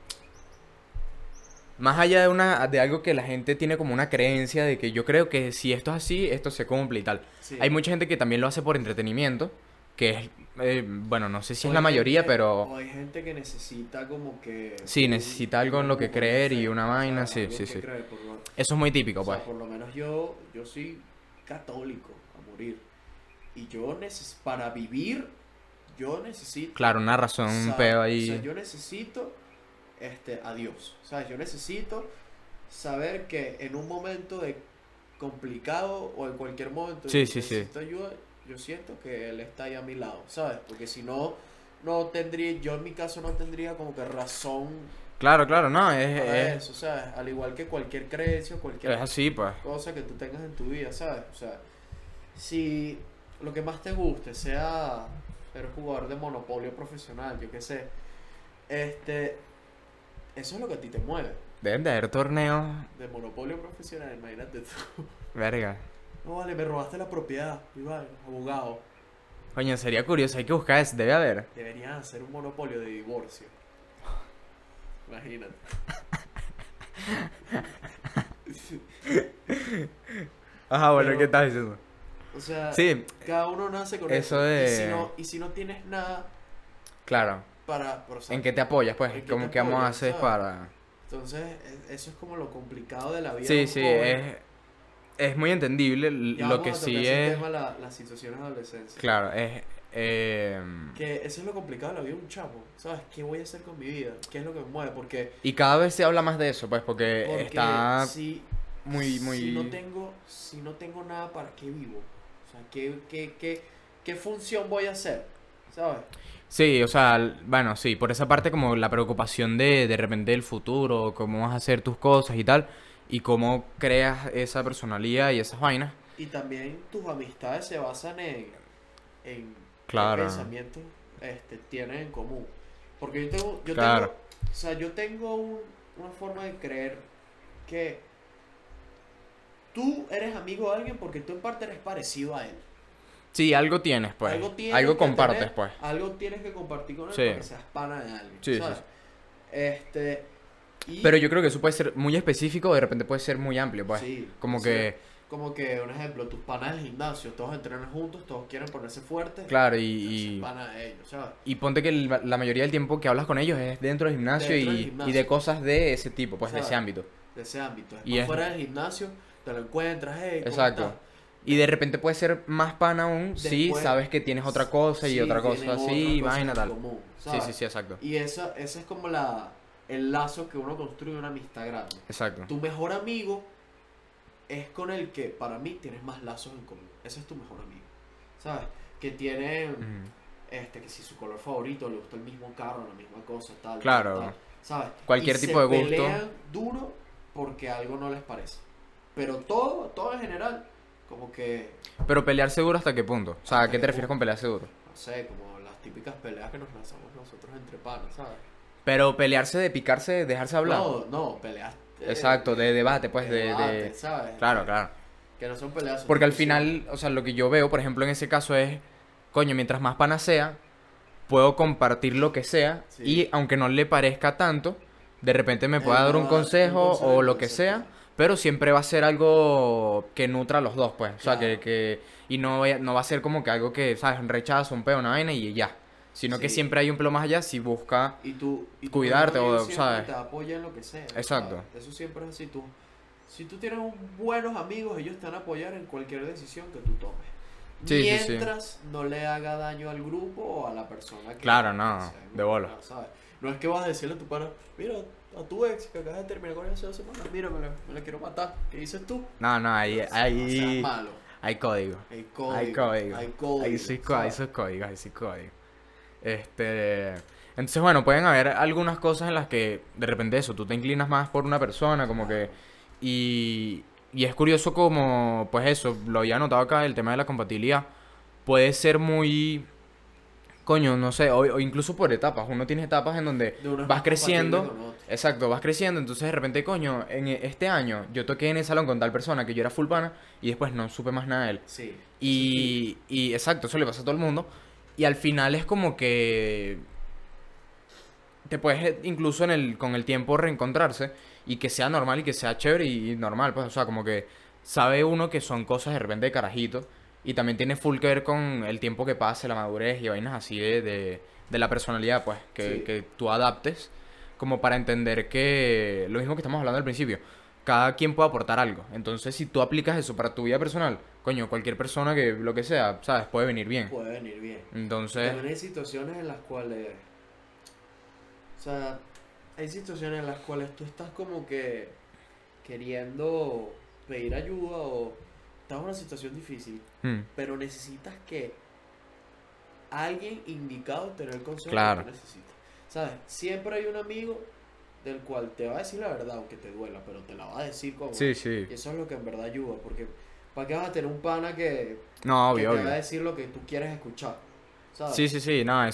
más allá de algo que la gente tiene como una creencia de que yo creo que si esto es así, esto se cumple y tal. Sí. Hay mucha gente que también lo hace por entretenimiento, que es, bueno, no sé si O es la hay mayoría, gente- pero o hay gente que necesita como que... sí, necesita algo en lo que como creer y fe, una vaina, sí, algo sí, que sí. creer, Eso es muy típico, o sea, pues. por lo menos yo soy católico a morir. Y yo para vivir, yo necesito... Claro, una razón, un sa- pedo O sea, ahí. yo necesito a Dios. ¿Sabes? Yo necesito saber que en un momento de complicado o en cualquier momento Sí, que sí, sí. necesito ayuda, yo siento que Él está ahí a mi lado, ¿sabes? Porque si no, no tendría, yo en mi caso no tendría como que razón Claro, claro, no, para es eso, ¿sabes? Al igual que cualquier creencia, cualquier así, pues. cosa que tú tengas en tu vida, ¿sabes? O sea, si lo que más te guste sea ser jugador de monopolio profesional, yo qué sé, eso es lo que a ti te mueve, Deben de haber torneos, de monopolio profesional, imagínate tú. verga. No vale, me robaste la propiedad, igual, abogado. Coño, sería curioso, hay que buscar eso, debe haber. Deberían hacer un monopolio de divorcio. Imagínate. Ajá, bueno, Pero- ¿qué estás diciendo? O sea, Sí, cada uno nace con eso Y si no tienes nada claro. o sea, ¿En qué te apoyas, pues? ¿en qué ¿Cómo te que vamos a apoyas, hacer sabes? para...? entonces eso es como lo complicado de la vida. de Sí, un sí, joven. es muy entendible. Ya Lo vamos que a tocar sí ese es... tema, las situaciones de adolescencia. Claro, es... Que eso es lo complicado de la vida de un chamo. ¿Sabes? ¿Qué voy a hacer con mi vida? ¿Qué es lo que me mueve? Y cada vez se habla más de eso, pues, porque Porque está si, muy... si no tengo nada, ¿para qué vivo? O sea, ¿qué función voy a hacer? ¿Sabes? Sí, o sea, bueno, sí, por esa parte como la preocupación de repente del futuro, cómo vas a hacer tus cosas y tal, y cómo creas esa personalidad y esas vainas. Y también tus amistades se basan en Claro. qué pensamientos tienen en común. Porque Claro. o sea, yo tengo una forma de creer que tú eres amigo de alguien porque tú en parte eres parecido a él. Sí, algo tienes, pues. Tienes Algo que compartes, tener, pues. algo tienes que compartir con él Sí. para que seas pana de alguien. Sí, sí, ¿sabes? Y Pero yo creo que eso puede ser muy específico, de repente puede ser muy amplio, pues. sí, Como o sea, que, como que, un ejemplo, tus panas del gimnasio, todos entrenan juntos, todos quieren ponerse fuertes. claro, Ser y pana de ellos, ¿sabes? ponte que la mayoría del tiempo que hablas con ellos es dentro del gimnasio, Dentro del y gimnasio. de cosas de ese tipo, pues, de ese ¿Sabes? ámbito. De ese ámbito. Y Después es- fuera del gimnasio, te lo encuentras, hey, ¿cómo Exacto. estás? Y de repente puede ser más pan aún si Después- sabes que tienes otra cosa y Sí, otra cosa tienen así, otra cosa vaina en tal. común, Sí, ¿sabes? sí, sí, exacto. Y ese es como el lazo que uno construye en una amistad grande. Exacto. Tu mejor amigo es con el que, para mí, tienes más lazos en común. Ese es tu mejor amigo, ¿sabes? Que tiene, Ujú. que si su color favorito, le gusta el mismo carro, la misma cosa, tal, Claro. tal, ¿sabes? Cualquier Y tipo de gusto. se pelean duro porque algo no les parece. Pero todo en general, como que, Pero pelear seguro hasta qué punto. O sea, ¿a ¿Hasta qué qué te refieres punto? con pelear seguro? no sé, como las típicas peleas que nos lanzamos nosotros entre panas, ¿sabes? Pero pelearse de picarse, dejarse hablar. No, peleas. Exacto, de debate, pues, de- debate, ¿sabes? Claro, claro. Que no son peleas. son Porque al discusiones. final, o sea, lo que yo veo, por ejemplo, en ese caso es, coño, mientras más pana sea, puedo compartir lo que sea Sí. y aunque no le parezca tanto, de repente me pueda Él dar me un va a dar un consejo o consejo, lo que exacto. sea, pero siempre va a ser algo que nutra a los dos, pues. O sea, Claro. y no va a ser como que algo que, ¿sabes? Un rechazo, un peo, una vaina y ya. Sino que Sí. siempre hay un pelo más allá si busca Y tu cuidarte mejor amigo o, siempre ¿sabes? te apoya en lo que sea. Exacto. ¿Sabes? Eso siempre es así. Si tú tienes buenos amigos, ellos te van a apoyar en cualquier decisión que tú tomes. Sí, sí, sí. Mientras no le haga daño al grupo o a la persona Claro, que no, sea de bola. involucrada, ¿sabes? No es que vas a decirle a tu pana, mira, a tu ex que acabas de terminar con ella hace 2 semanas, mira, me la quiero matar. ¿Qué dices tú? No, no, No seas malo. hay código. Hay código. Hay código. Hay código. Hay ¿sabes? sus códigos, hay sus códigos. Entonces, bueno, pueden haber algunas cosas en las que de repente eso, tú te inclinas más por una persona, como que... Y es curioso como, pues eso, lo había notado acá, el tema de la compatibilidad. Puede ser muy... Coño, no sé, o incluso por etapas. Uno tiene etapas en donde De uno es vas más compatible creciendo. con otro. Exacto, vas creciendo, entonces de repente, coño, este año yo toqué en el salón con tal persona que yo era full pana y después no supe más nada de él. Sí. Y exacto, eso le pasa a todo el mundo. Y al final es como que te puedes incluso con el tiempo reencontrarse y que sea normal y que sea chévere y normal, pues, o sea, como que sabe uno que son cosas de repente de carajito y también tiene full que ver con el tiempo que pase, la madurez y vainas así de la personalidad, pues, Sí. que tú adaptes como para entender que lo mismo que estamos hablando al principio, cada quien puede aportar algo. Entonces, si tú aplicas eso para tu vida personal, coño, cualquier persona que lo que sea, ¿sabes? Puede venir bien. Puede venir bien. Entonces, También hay situaciones en las cuales, o sea, hay situaciones en las cuales tú estás como que queriendo pedir ayuda o estás en una situación difícil, hmm, pero necesitas que alguien indicado te dé el consejo claro. que tú necesitas. ¿Sabes? Siempre hay un amigo del cual te va a decir la verdad, aunque te duela, pero te la va a decir como Sí, es. sí. Y eso es lo que en verdad ayuda, porque ¿para qué vas a tener un pana No, que obvio, te va a obvio. decir lo que tú quieres escuchar? ¿Sabes? Sí, sí, sí, no,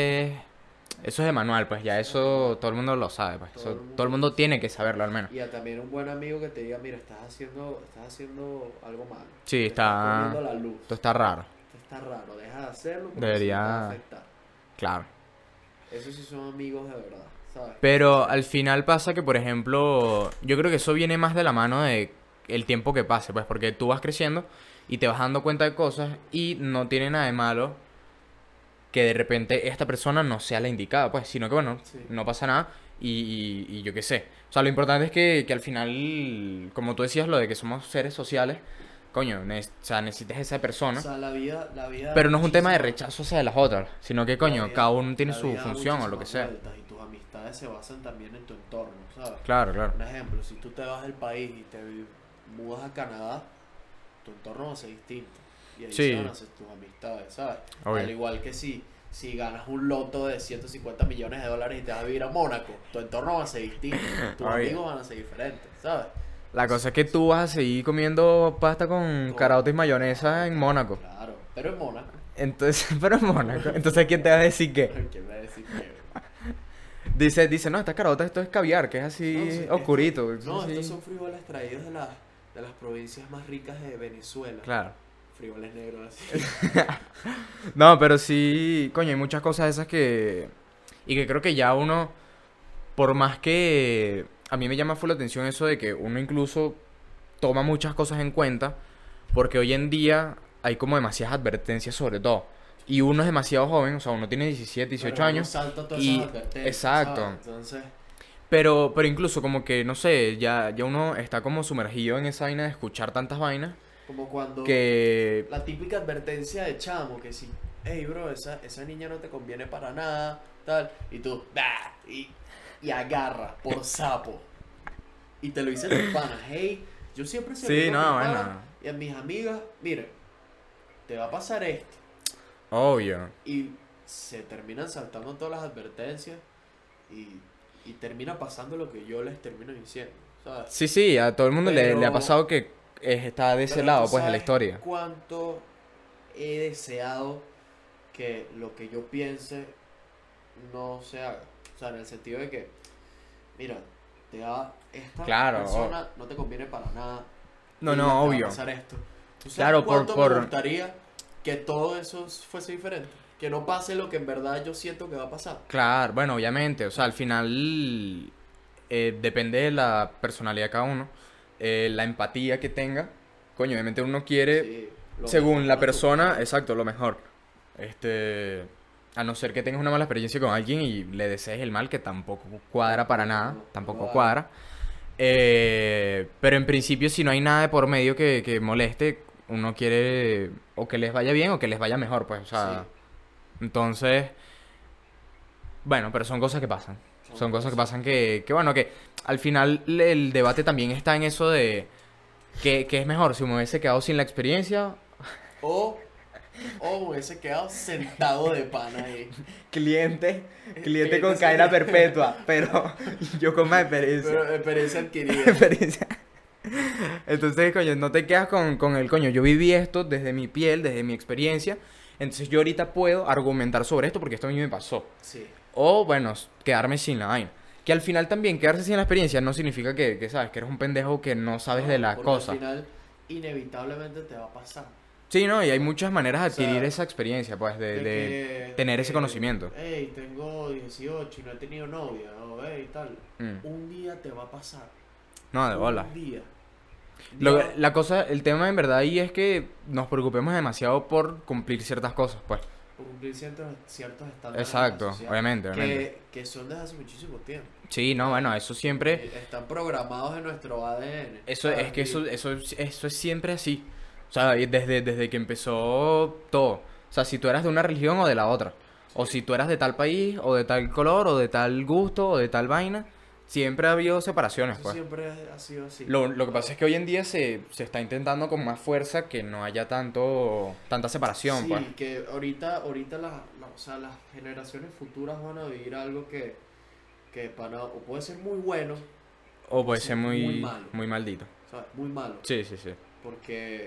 eso es de manual, pues ya Eso es normal. eso todo el mundo lo sabe, pues Todo el eso, mundo todo el lo mundo sabe. tiene que saberlo al menos. Y a también un buen amigo que te diga, mira, estás haciendo algo malo. Sí, Te estás está, poniendo la luz. esto está raro, Esto está raro, deja de hacerlo porque sí te va a debería, afectar. claro. Esos sí son amigos de verdad, ¿sabes? Pero al final pasa que, por ejemplo, yo creo que eso viene más de la mano de el tiempo que pase, pues porque tú vas creciendo y te vas dando cuenta de cosas y no tiene nada de malo que de repente esta persona no sea la indicada, pues, sino que bueno, Sí. no pasa nada y yo qué sé. O sea, lo importante es que al final, como tú decías, lo de que somos seres sociales, coño, o sea, necesitas esa O persona, sea, la vida pero da no es un tema de muchísimas- rechazo hacia las otras, sino que, la coño, vida- cada uno tiene la su vida da función o lo que muchísimas sea. vueltas y tus amistades se basan también en tu entorno, ¿sabes? Claro, claro. Un ejemplo, si tú te vas del país y te mudas a Canadá, tu entorno va a ser distinto. Y ahí Sí. se van a hacer tus amistades, ¿sabes? Obvio. Al igual que si ganas un loto de 150 millones de dólares y te vas a vivir a Mónaco, tu entorno va a ser distinto, tus Obvio. amigos van a ser diferentes, ¿sabes? La cosa es que tú vas a seguir comiendo pasta con Con- caraotas y mayonesa en Mónaco. Claro, pero en Mónaco. Entonces, pero en Mónaco. Entonces, ¿quién te va a decir qué? ¿Quién me va a decir que? Dice, no, esta carota, esto es caviar, que es así No, sí, oscurito. No, así. estos son frijoles traídos de las provincias más ricas de Venezuela. Claro. Frijoles negros así. No, pero sí, coño, hay muchas cosas esas que... Y que creo que ya uno, por más que... A mí me llama full la atención eso de que uno incluso toma muchas cosas en cuenta, porque hoy en día hay como demasiadas advertencias sobre todo. Y uno es demasiado joven, o sea, uno tiene 17, 18 Pero uno años. salta todas y- esas advertencias, exacto. ¿sabes? Entonces, Pero incluso como que, no sé, ya uno está como sumergido en esa vaina de escuchar tantas vainas como cuando que... la típica advertencia de chamo, que si, hey bro, esa niña no te conviene para nada, tal, y tú, bah, y agarra por sapo. Y te lo dicen tus panas, hey, yo siempre se lo Sí, digo a no, mis bueno. panas y a mis amigas, mire, te va a pasar esto. Obvio. Y se terminan saltando todas las advertencias y termina pasando lo que yo les termino diciendo, ¿sabes? Sí, sí, a todo el mundo le ha Pero- pasado que está de ese Pero lado, tú pues, de la sabes historia. cuánto he deseado que lo que yo piense no se haga. O sea, en el sentido de que, mira, esta Claro, persona no te conviene para nada. No, y no, te va a obvio. pasar esto. ¿Tú sabes Claro, cuánto por- me gustaría que todo eso fuese diferente? Que no pase lo que en verdad yo siento que va a pasar. Claro, bueno, obviamente, o sea, al final depende de la personalidad de cada uno. la empatía que tenga. Coño, obviamente uno quiere, Sí, lo según mejor la para tu persona, pareja. exacto, lo mejor. A no ser que tengas una mala experiencia con alguien y le desees el mal, que tampoco cuadra para nada, No lo tampoco hagas. cuadra. Pero en principio, si no hay nada de por medio que moleste, uno quiere o que les vaya bien o que les vaya mejor, pues, o sea, Sí, entonces, bueno, pero son cosas que pasan. son Son cosas que cosas. pasan que bueno, que al final el debate también está en eso de que es mejor si me hubiese quedado sin la experiencia. O, o hubiese quedado sentado de pana ahí. Cliente, cliente con Cliente cadena sería- perpetua, pero yo con más experiencia. Pero experiencia adquirida. Experiencia. Entonces, coño, no te quedas con el coño. Yo viví esto desde mi piel, desde mi experiencia. Entonces yo ahorita puedo argumentar sobre esto porque esto a mí me pasó. Sí. O, bueno, quedarme sin la vaina. Que al final también quedarse sin la experiencia no significa sabes, que eres un pendejo que no sabes de No, la porque cosa. al final, inevitablemente te va a pasar. Sí, ¿no? Y hay muchas maneras de O sea, adquirir esa experiencia, pues, de tener ese conocimiento. Hey, tengo 18 y no he tenido novia. O hey, tal. Mm. Un día te va a pasar. No, de bola. Un día. La cosa, el tema en verdad ahí es que nos preocupemos demasiado por cumplir ciertas cosas, pues. Por cumplir ciertos estándares de Exacto, la sociedad obviamente, obviamente. que son desde hace muchísimo tiempo. Sí, no, bueno, eso siempre, Están programados en nuestro ADN. eso ¿sabes? es que Y- eso es siempre así. O sea, y desde que empezó todo. O sea, si tú eras de una religión o de la otra. O si tú eras de tal país, o de tal color, o de tal gusto, o de tal vaina. Siempre ha habido separaciones, Eso pues. siempre ha sido así. Lo que pasa es que hoy en día se está intentando con más fuerza que no haya tanta separación, Sí, pues. que ahorita o sea, las generaciones futuras van a vivir algo que o puede ser muy bueno, O puede sí, ser muy malo. muy maldito. ¿sabes? Muy malo. Sí, sí, sí. Porque,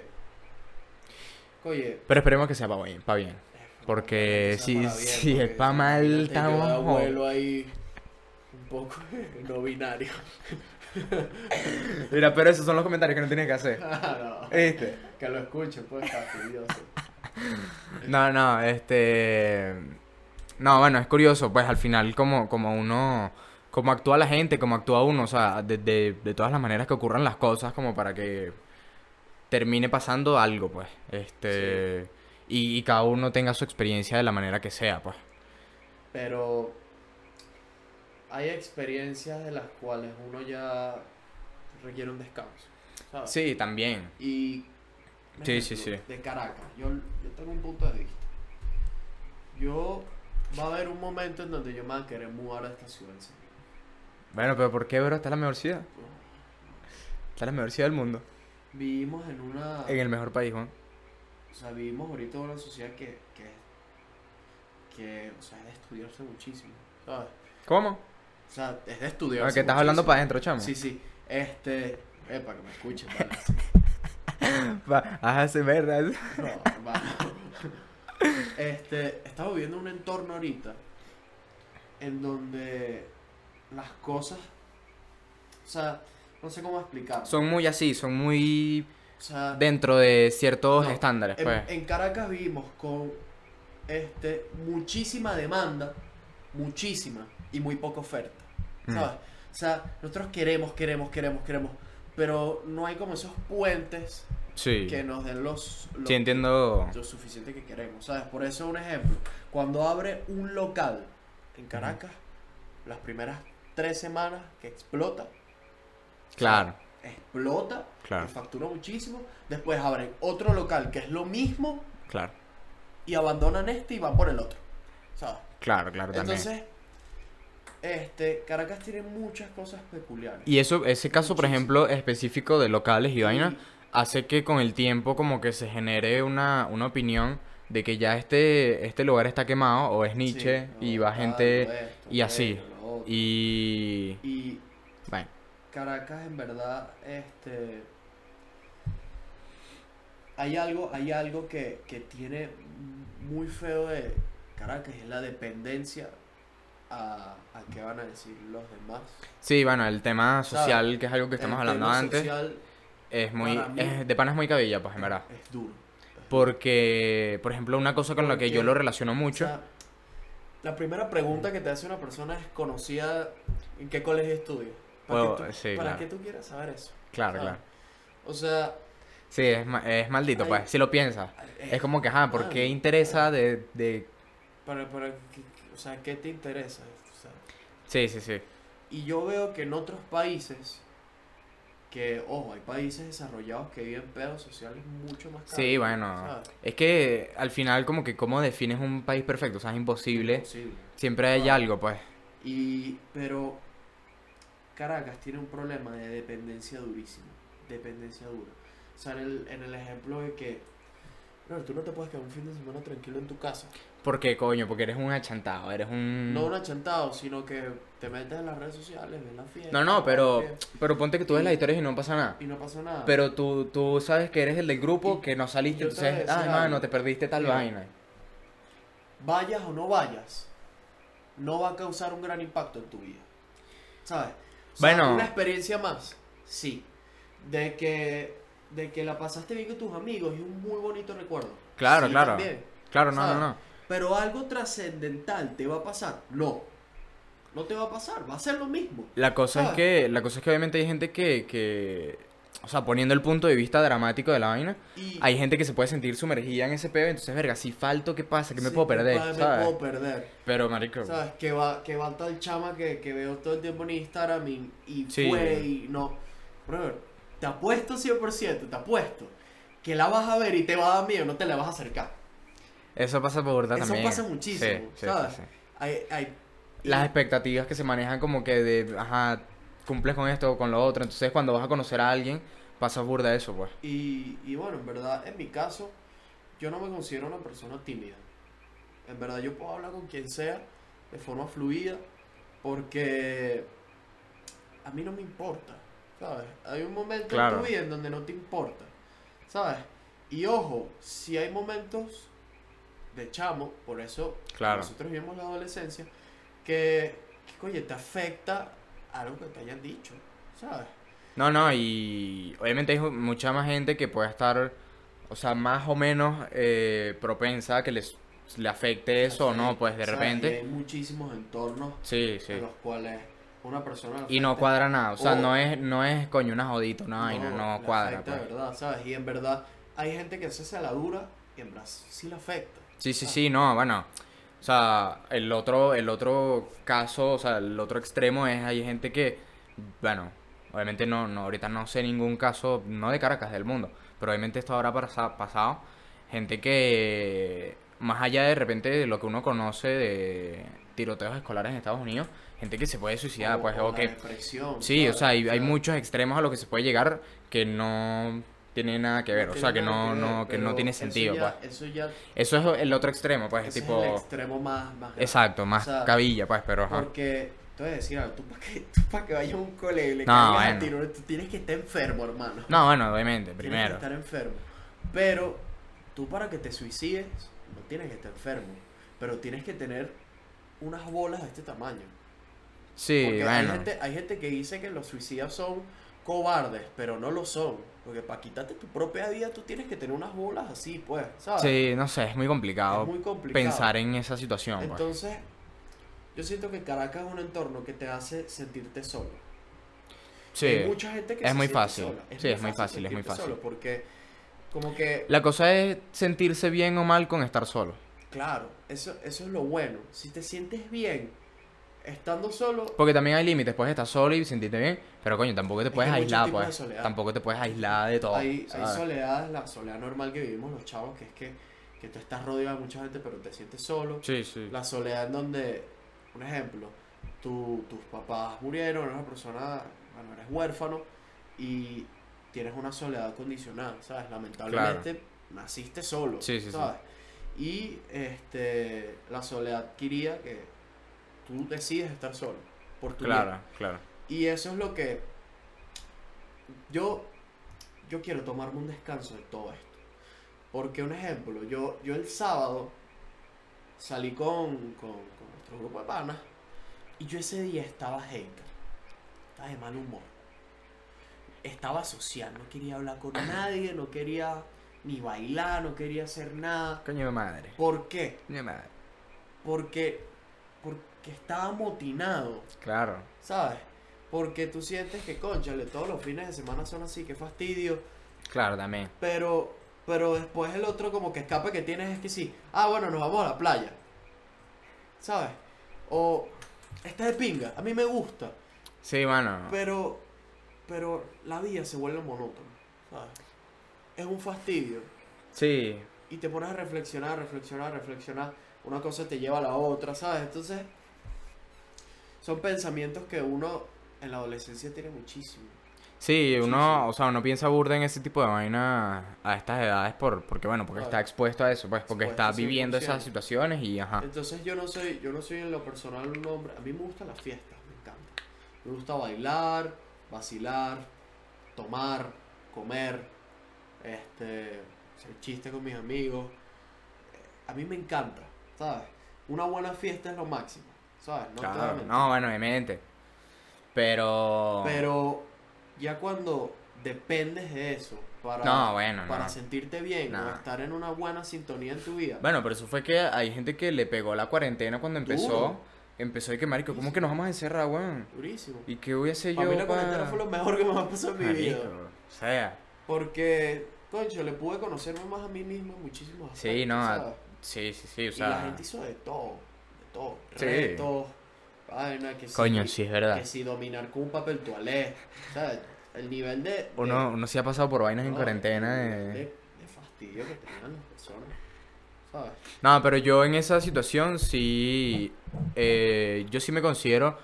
oye, Pero esperemos que sea para bien, pa' bien. Porque ojalá que sea si para bien, es porque pa' mal, imagínate yo de estamos abuelo ahí un poco no binario. Mira, pero esos son los comentarios que no tienes que hacer. No, ¿Viste? que lo escuchen, pues, fastidioso. No, no, no, bueno, es curioso, pues al final como uno, como actúa la gente, como actúa uno, o sea, de todas las maneras que ocurran las cosas, como para que termine pasando algo, pues. Y cada uno tenga su experiencia de la manera que sea, pues. Pero hay experiencias de las cuales uno ya requiere un descanso, ¿sabes? Sí, también. Y, por Sí, ejemplo, sí, sí. de Caracas, yo tengo un punto de vista. Va a haber un momento en donde yo me voy a querer mudar a esta ciudad, en serio. Bueno, pero ¿por qué, bro? Esta es la mejor ciudad. Esta es la mejor ciudad del mundo. Vivimos en una... En el mejor país, Juan. O sea, vivimos ahorita en una sociedad o sea, es de estudiarse muchísimo, ¿sabes? ¿Cómo? O sea, es de Ah, estudiarse que estás hablando muchísimo. para adentro, chamo. Sí, sí. Para que me escuchen, vale. Ajá, verdad. No, hermano. Estamos viviendo un entorno ahorita en donde las cosas, o sea, no sé cómo explicar. Son muy así, son muy O sea, dentro de ciertos no, estándares, pues. en Caracas vivimos con muchísima demanda, muchísima y muy poca oferta, ¿sabes? O sea, nosotros queremos, pero no hay como esos puentes Sí. que nos den Sí, entiendo. lo suficiente que queremos, ¿sabes? Por eso un ejemplo, cuando abre un local en Caracas, las primeras 3 semanas que explota, Claro, explota, Claro. que factura muchísimo, después abren otro local que es lo mismo claro. y abandonan y van por el otro, ¿sabes? Claro, también. Entonces, Caracas tiene muchas cosas peculiares. Y ese caso, por Muchísimo. ejemplo, específico de locales y vaina, Y- hace que con el tiempo como que se genere una opinión de que ya este lugar está quemado o es niche sí, y no, va tal, gente esto, y así. aquello, lo otro. Y... Y Bueno, Caracas en verdad, hay algo que tiene muy feo de Caracas, es la dependencia a qué van a decir los demás. sí, bueno, el tema social, ¿Sabes? que es algo que estamos El hablando tema antes, social es muy... para mí de pana es muy cabilla, pues, en verdad. es duro. Porque, por ejemplo, una cosa con la que yo Porque, lo relaciono O mucho... sea, la primera pregunta que te hace una persona es conocida, ¿en qué colegio estudia? Sí, ¿Para claro. qué tú quieres saber eso? Claro, ¿Sabes? claro. O sea, Sí, es maldito, hay, pues. Si lo piensas. Es como que, ajá, ¿por qué mano, interesa de... o sea, ¿qué te interesa? O sea, Sí, sí, sí. y yo veo que en otros países, que, ojo, hay países desarrollados que viven pedos sociales mucho más Sí, cabrones, bueno. ¿sabes? Es que al final como que cómo defines un país perfecto, o sea, es imposible. Imposible, Siempre hay ¿sabes? algo, pues. Pero Caracas tiene un problema de dependencia durísima, dependencia dura. O sea, en el ejemplo de que, no, tú no te puedes quedar un fin de semana tranquilo en tu casa. ¿Por qué, coño? Porque eres un achantado, eres No un... un achantado, sino que te metes en las redes sociales, ves la No, fiesta, no, vas a la pero, fiesta, pero ponte que tú ves las y, historias y no pasa nada. y no pasa nada. Pero tú sabes que eres el del grupo, Y, que no y saliste, yo te voy a entonces, decir ay, algo. mano, te perdiste tal Mira, vaina. vayas o no vayas, no va a causar un gran impacto en tu vida. ¿Sabes? O sea, Bueno. una experiencia más, sí. De que la pasaste bien con tus amigos y un muy bonito recuerdo. Claro, Sí, claro. también. Claro, no, no, ¿Sabes? no. Pero algo trascendental te va a pasar. No. No te va a pasar. Va a ser lo mismo. ¿Sabes? La cosa es que obviamente hay gente o sea, poniendo el punto de vista dramático de la vaina, Y hay gente que se puede sentir sumergida en ese pedo, entonces, verga, si falto, ¿qué pasa? ¿Qué me sí, puedo que perder? me ¿Sabes? puedo perder. Pero, marico, ¿Sabes? Que va tal chama que veo todo el tiempo en Instagram y sí, fue y no. Brother, te apuesto 100%, te apuesto que la vas a ver y te va a dar miedo, no te la vas a acercar. eso pasa por verdad Eso también. pasa muchísimo, Sí, sí, ¿sabes? sí, sí. Hay, Las y, expectativas que se manejan como que de, ajá, cumples con esto o con lo otro, entonces cuando vas a conocer a alguien, pasa burda eso, pues. y bueno, en verdad, en mi caso, yo no me considero una persona tímida. En verdad, yo puedo hablar con quien sea de forma fluida porque a mí no me importa, ¿sabes? Hay un momento en Claro, tu vida en donde no te importa, ¿sabes? Y ojo, si hay momentos de chamo, por eso claro. nosotros vivimos la adolescencia, que oye, te afecta algo que te hayan dicho, ¿sabes? No, no, y obviamente hay mucha más gente que puede estar, o sea, más o menos propensa a que le afecte eso o no, pues de ¿Sabes? Y repente. hay muchísimos entornos Sí, en sí. los cuales una persona le Y no afecta cuadra nada, o sea, o no es coño una jodita, una vaina, no no le cuadra, afecta pues. de verdad, ¿sabes? Y en verdad hay gente que se hace a la dura y en verdad sí le afecta, Sí, sí, ¿sabes? sí, no, bueno. O sea, el otro caso, o sea, el otro extremo es, hay gente que, bueno, obviamente ahorita no sé ningún caso, no de Caracas, del mundo, pero obviamente esto habrá pasado, gente que, más allá de repente de lo que uno conoce de tiroteos escolares en Estados Unidos, gente que se puede suicidar, pues, O o la que, depresión, sí, o ¿sabes? sea, O hay sea, muchos extremos a lo que se puede llegar que no tiene nada que ver, no o tiene sea, que nada que no, ver, que no tiene pero sentido, pues. eso ya, Eso es el otro extremo, pues, ese es tipo, el extremo más grave. exacto, O más sea, cabilla, pues, pero ajá. porque, te voy a decir algo, tú para que vayas a un colegio y le No, caigas a bueno. tiro, tú tienes que estar enfermo, hermano. No, bueno, obviamente, Tienes que primero. estar enfermo. Pero tú para que te suicides, no tienes que estar enfermo. Pero tienes que tener unas bolas de este tamaño. Sí, Porque bueno. hay gente que dice que los suicidas son cobardes, pero no lo son. Porque para quitarte tu propia vida tú tienes que tener unas bolas así, pues, ¿sabes? Sí, no sé, es muy complicado Es muy complicado. pensar en esa situación, pues. Entonces, yo siento que Caracas es un entorno que te hace sentirte solo. Sí, Hay mucha gente que es se muy siente fácil. sola. Sí, es muy fácil, es muy sentirte fácil. solo porque, como que, La cosa es sentirse bien o mal con estar solo. claro, eso es lo bueno. Si te sientes bien estando solo, Porque también hay límites, puedes estar solo y sentirte bien, pero coño, tampoco te Es puedes que hay muchos aislar, tipos de pues. soledad. Tampoco te puedes aislar de todo. hay ¿sabes? soledad, la soledad normal que vivimos los chavos, que es que tú estás rodeado de mucha gente, pero te sientes solo. Sí, sí. La soledad en donde, un ejemplo, tus papás murieron, eres una persona, bueno, eres huérfano y tienes una soledad condicional, ¿sabes? Lamentablemente naciste solo, Sí, sí, sí. ¿sabes? Y la soledad adquiría que tú decides estar solo por tu bien. Claro, claro. Y eso es lo que yo quiero tomarme un descanso de todo esto. Porque un ejemplo, yo el sábado salí con nuestro grupo de panas y yo ese día estaba hater, estaba de mal humor, estaba social, no quería hablar con nadie, no quería ni bailar, no quería hacer nada. Coño de madre. ¿Por qué? Coño de madre. Porque estaba amotinado, Claro. ¿sabes? porque tú sientes que, cónchale, todos los fines de semana son así, qué fastidio. Claro, también. Pero después el otro como que escape que tienes es que sí, ah, bueno, nos vamos a la playa, ¿sabes? O, está de pinga, a mí me gusta, Sí, mano. pero, pero la vida se vuelve monótona, ¿sabes? Es un fastidio. Sí. Y te pones a reflexionar, una cosa te lleva a la otra, ¿sabes? Entonces, son pensamientos que uno en la adolescencia tiene muchísimo. Sí, Muchísimo. o sea, uno piensa burda en ese tipo de vaina a estas edades porque bueno, porque ¿Sabes? está expuesto a eso, pues, porque está Expuesto viviendo esas 100%. situaciones y ajá. Entonces yo no soy en lo personal un hombre, a mí me gustan las fiestas, me encanta. Me gusta bailar, vacilar, tomar, comer, hacer chistes con mis amigos. A mí me encanta, ¿sabes? Una buena fiesta es lo máximo, ¿sabes? No te voy a Claro, mentir. no, bueno, obviamente. Pero... Pero ya cuando dependes de eso No, bueno, para no. sentirte bien o No. estar en una buena sintonía en tu vida, Bueno, pero eso fue que hay gente que le pegó la cuarentena cuando empezó. duro, Empezó y que, marico, ¿cómo que durísimo, nos vamos a encerrar, weón? durísimo. ¿Y qué voy a hacer Para mí yo la cuarentena fue lo mejor que me ha pasado en mi vida. Marico, o sea... Porque, concho, le pude conocerme más a mí mismo en muchísimos aspectos, Sí, no, ¿sabes? sí, o Y la sea... gente hizo de todo, Sí. retos, vaina, que Coño, si, sí, es verdad. que si dominar con un papel toalé, ¿sabes? El nivel Uno sí ha pasado por vainas en no, cuarentena el nivel de... de fastidio que tenían las personas, ¿sabes? No, pero yo en esa situación sí... yo sí me considero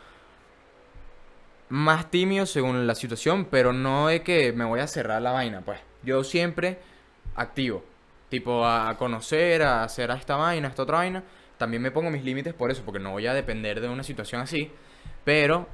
más tímido según la situación, pero no es que me voy a cerrar la vaina, pues. Yo siempre activo. Tipo, a conocer, a hacer a esta vaina, a esta otra vaina. También me pongo mis límites por eso, porque no voy a depender de una situación así. Pero,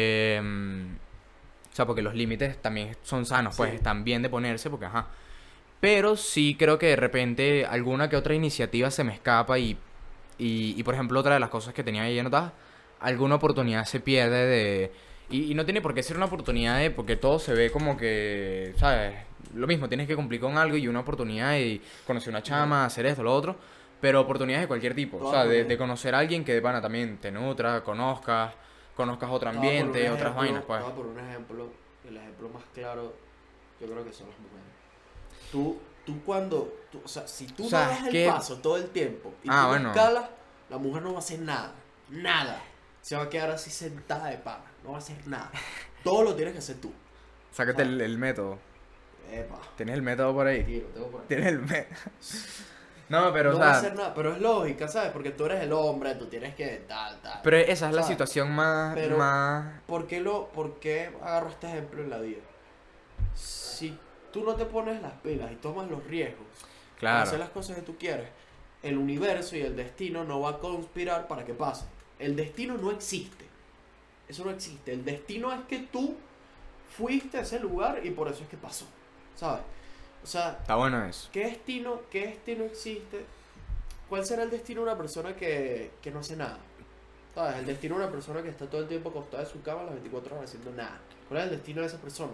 o sea, porque los límites también son sanos, pues Sí. están bien de ponerse, porque ajá. Pero sí creo que de repente alguna que otra iniciativa se me escapa y por ejemplo, otra de las cosas que tenía ahí anotadas, alguna oportunidad se pierde de... Y no tiene por qué ser una oportunidad de... Porque todo se ve como que, ¿sabes? Lo mismo, tienes que cumplir con algo y una oportunidad y conocer una chama, hacer esto, lo otro. Pero oportunidades de cualquier tipo. O Te voy a sea, de poner, conocer a alguien que de pana también te nutra, conozcas otro ambiente, otras vainas, pues. te voy a poner un ejemplo, el ejemplo más claro, yo creo que son las mujeres. O sea, si tú O no sea, das es el que... paso todo el tiempo y Ah, tú no bueno. escalas, la mujer no va a hacer nada. Se va a quedar así sentada de pana, no va a hacer nada. Todo lo tienes que hacer tú. Sácate ¿Sabes? el método. Epa, ¿Tienes el método por ahí? tiro, tengo por aquí. Tienes el método. No, pero, No o va a sea... hacer nada, pero es lógica, ¿sabes? Porque tú eres el hombre, tú tienes que tal. Pero esa es la ¿Sabes? situación más... Pero- más... ¿Por qué agarro este ejemplo en la vida? Si tú no te pones las pilas y tomas los riesgos para hacer Claro. las cosas que tú quieres, el universo y el destino no va a conspirar para que pase. El destino no existe. Eso no existe. El destino es que tú fuiste a ese lugar y por eso es que pasó. ¿Sabes? O sea, Está bueno eso. qué destino existe? ¿Cuál será el destino de una persona que no hace nada? ¿Sabes? El destino de una persona que está todo el tiempo acostada en su cama las 24 horas haciendo nada. ¿Cuál es el destino de esa persona?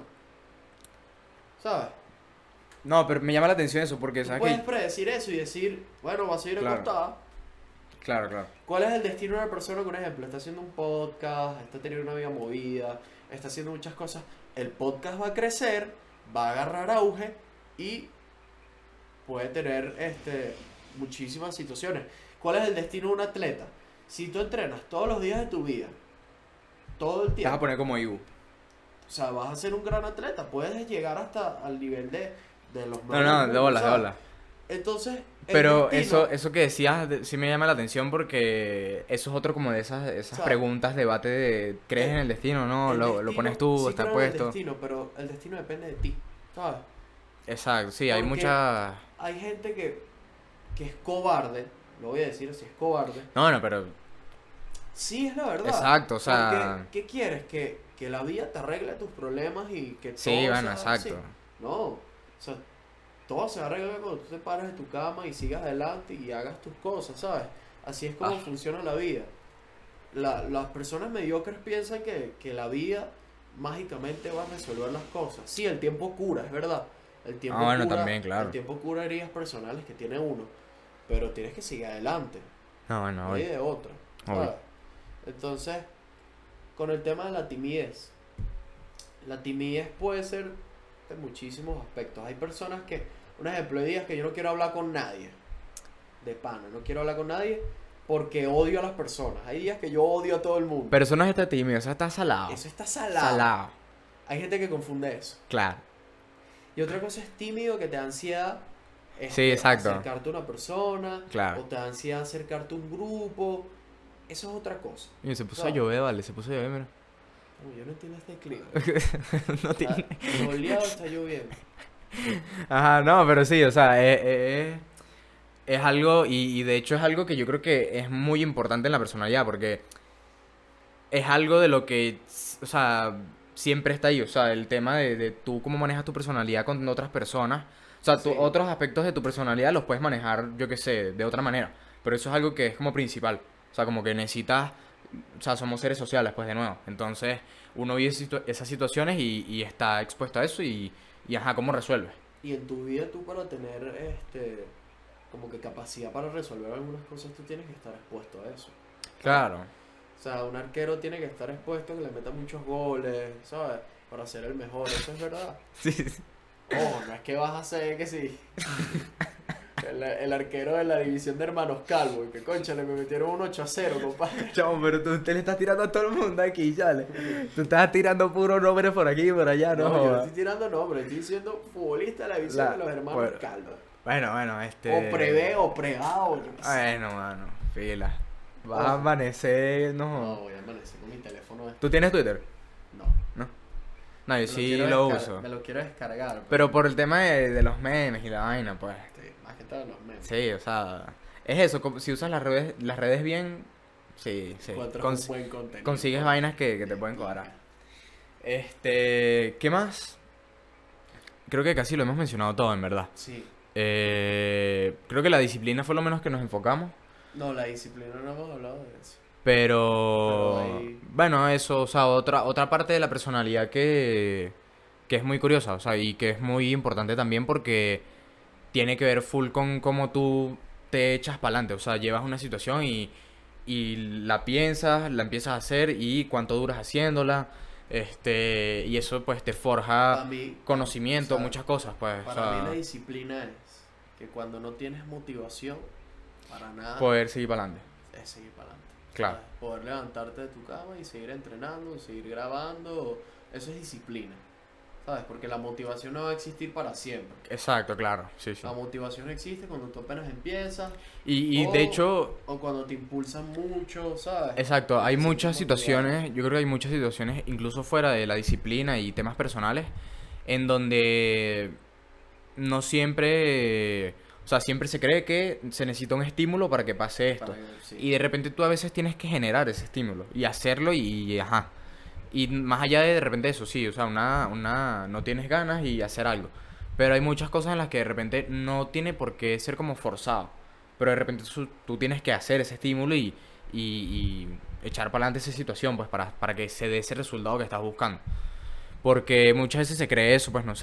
¿Sabes? No, pero me llama la atención eso porque, Tú ¿sabes puedes qué? predecir eso y decir, bueno, va a seguir Claro. acostada. Claro. ¿Cuál es el destino de una persona que, por ejemplo, está haciendo un podcast, está teniendo una vida movida, está haciendo muchas cosas? El podcast va a crecer, va a agarrar auge y puede tener muchísimas situaciones. ¿Cuál es el destino de un atleta? Si tú entrenas todos los días de tu vida, todo el Te vas a tiempo, poner como Ibu. o sea, vas a ser un gran atleta, puedes llegar hasta al nivel de los No, mejores no, del de mundo, bolas, de ¿sabes? bolas. Entonces, el Pero destino, eso que decías sí me llama la atención porque eso es otro como de esas ¿sabes? preguntas, debate de ¿crees en el destino o no? El Lo destino, pones tú, sí está creo en el puesto. destino, pero el destino depende de ti, ¿sabes? Exacto, sí, hay Porque mucha... hay gente que es cobarde, lo voy a decir así, es cobarde. No, pero... Sí, es la verdad. Exacto, o sea... Porque, ¿qué quieres? Que la vida te arregle tus problemas y que todo Sí, bueno, sea así. exacto. No, o sea, todo se arregla cuando tú te pares de tu cama y sigas adelante y hagas tus cosas, ¿sabes? Así es como Ah. funciona la vida. Las personas mediocres piensan que la vida mágicamente va a resolver las cosas. Sí, el tiempo cura, es verdad. El tiempo bueno, cura, también, claro. el tiempo cura heridas personales que tiene uno. Pero tienes que seguir adelante. No, bueno, No hay obvio. de otra. Obvio. ¿Sabes? Entonces, con el tema de la timidez, la timidez puede ser de muchísimos aspectos. Hay personas que, un ejemplo, hay días que yo no quiero hablar con nadie, de pana, no quiero hablar con nadie porque odio a las personas. Hay días que yo odio a todo el mundo. Pero eso no es estar tímido, eso está salado. Eso está salado. Salado. Hay gente que confunde eso. Claro. Y otra cosa es tímido, que te da ansiedad Sí, exacto. acercarte a una persona, Claro. o te da ansiedad acercarte a un grupo. Eso es otra cosa. Y se puso a Claro. llover, vale, se puso a llover, mira. Uy, yo no entiendo este clima. No tiene... Está soleado, está lloviendo. Ajá, no, pero sí, o sea, es algo, y de hecho es algo que yo creo que es muy importante en la personalidad, porque es algo de lo que, o sea, siempre está ahí, o sea, el tema de tú cómo manejas tu personalidad con otras personas, o sea, Sí. otros aspectos de tu personalidad los puedes manejar, yo qué sé, de otra manera, pero eso es algo que es como principal, o sea, como que necesitas, o sea, somos seres sociales, pues de nuevo, entonces uno vive esas situaciones y está expuesto a eso y ajá, ¿cómo resuelves? Y en tu vida tú, para tener como que capacidad para resolver algunas cosas, tú tienes que estar expuesto a eso. Claro. O sea, un arquero tiene que estar expuesto a que le meta muchos goles, ¿sabes? Para ser el mejor, eso es verdad. Sí, sí. Ojo, no es que vas a ser que sí. El arquero de la división de hermanos Calvo, y que concha, le me metieron un 8-0, compadre. Chamo, pero tú le estás tirando a todo el mundo aquí, chale. Tú estás tirando puros nombres por aquí y por allá, no No, yo no jodas. estoy tirando nombres, estoy diciendo futbolista de la división de los hermanos bueno, Calvo. bueno, O prevé, o pregado, yo qué sé. Bueno, mano, fila. Vas a Ojo. amanecer, No, no. voy a amanecer con mi teléfono. ¿Tú tienes Twitter? No. No. No, yo Me sí quiero lo descar- uso. Me lo quiero descargar. Pero por el tema de los memes y la vaina, pues. Sí, más que todo los memes. Sí, o sea. Es eso, si usas las redes bien, sí, sí. Encuentras un buen contenido. Consigues vainas que te pueden cuadrar. ¿Qué más? Creo que casi lo hemos mencionado todo, en verdad. Sí. Creo que la disciplina fue lo menos que nos enfocamos. No, la disciplina no hemos hablado de eso. Pero Pero hay- bueno, eso, o sea, otra parte de la personalidad que es muy curiosa, o sea, y que es muy importante también porque tiene que ver full con cómo tú te echas para adelante, o sea, llevas una situación y la piensas, la empiezas a hacer y cuánto duras haciéndola, y eso pues te forja Para mí, conocimiento, o sea, muchas cosas, pues, o para mí la sea, disciplina es que cuando no tienes motivación para nada, poder seguir para adelante. es seguir para adelante. Claro. ¿Sabes? Poder levantarte de tu cama y seguir entrenando, seguir grabando, eso es disciplina. ¿Sabes? Porque la motivación no va a existir para siempre. Exacto, claro, sí, sí. La motivación existe cuando tú apenas empiezas Y de hecho, o cuando te impulsan mucho, ¿sabes? exacto, hay Te sientes muchas motivado. situaciones, yo creo que hay muchas situaciones, incluso fuera de la disciplina y temas personales, en donde no siempre, o sea, siempre se cree que se necesita un estímulo para que pase esto. Para que- sí. Y de repente tú a veces tienes que generar ese estímulo y hacerlo y ajá. Y más allá de repente eso, sí, o sea, no tienes ganas y hacer algo. Pero hay muchas cosas en las que de repente no tiene por qué ser como forzado. Pero de repente tú tienes que hacer ese estímulo y echar para adelante esa situación, pues para que se dé ese resultado que estás buscando. Porque muchas veces se cree eso, pues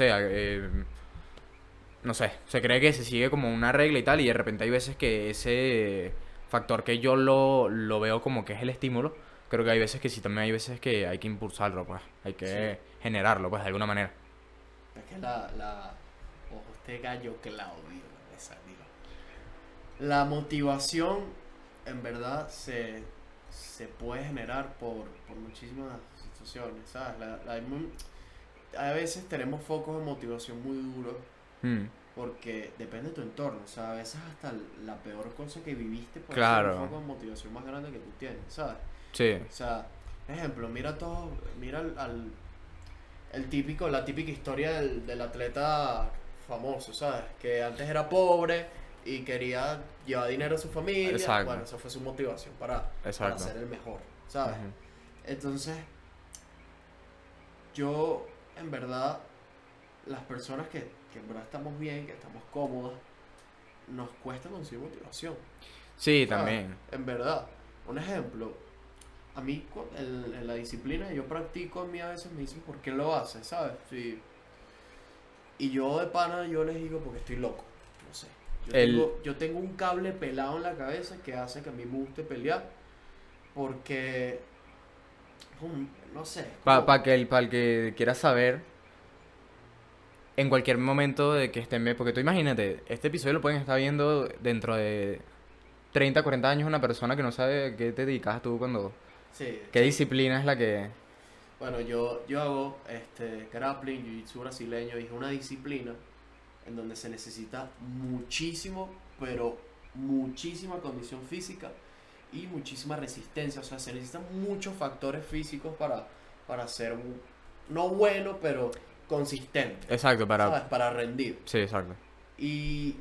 no sé, se cree que se sigue como una regla y tal, y de repente hay veces que ese factor que yo lo veo como que es el estímulo, creo que hay veces que sí, también hay veces que hay que impulsarlo, pues, hay que generarlo, pues, de alguna manera. Es que ojo, este gallo Claudio, me salió. La motivación, en verdad, se puede generar por muchísimas situaciones, ¿sabes? A veces tenemos focos de motivación muy duros Mm, porque depende de tu entorno, o sea, a veces hasta la peor cosa que viviste puede Claro. ser un foco de motivación más grande que tú tienes, ¿sabes? sí, O sea, ejemplo, mira la típica historia del atleta famoso, ¿sabes? Que antes era pobre y quería llevar dinero a su familia. Exacto. Bueno, esa fue su motivación para Exacto. ser el mejor, ¿sabes? Ujú. Entonces, yo, en verdad, las personas que en verdad estamos bien, que estamos cómodas, nos cuesta conseguir motivación. Sí, ¿Sabes? también. En verdad, un ejemplo, a mí en la disciplina que yo practico, a mí a veces me dicen por qué lo haces, ¿sabes? Sí. Y yo de pana, yo les digo porque estoy loco, no sé. Yo tengo un cable pelado en la cabeza que hace que a mí me guste pelear porque no sé. Para el que quiera saber, en cualquier momento de que estén bien, porque tú imagínate, este episodio lo pueden estar viendo dentro de 30, 40 años una persona que no sabe a qué te dedicas tú cuando... Sí, ¿Qué disciplina es la que...? bueno, yo hago grappling, jiu-jitsu brasileño, y es una disciplina en donde se necesita muchísimo, pero muchísima condición física y muchísima resistencia. O sea, se necesitan muchos factores físicos para ser no bueno, pero consistente, Exacto, para... ¿sabes? Para rendir. Sí, exacto. Y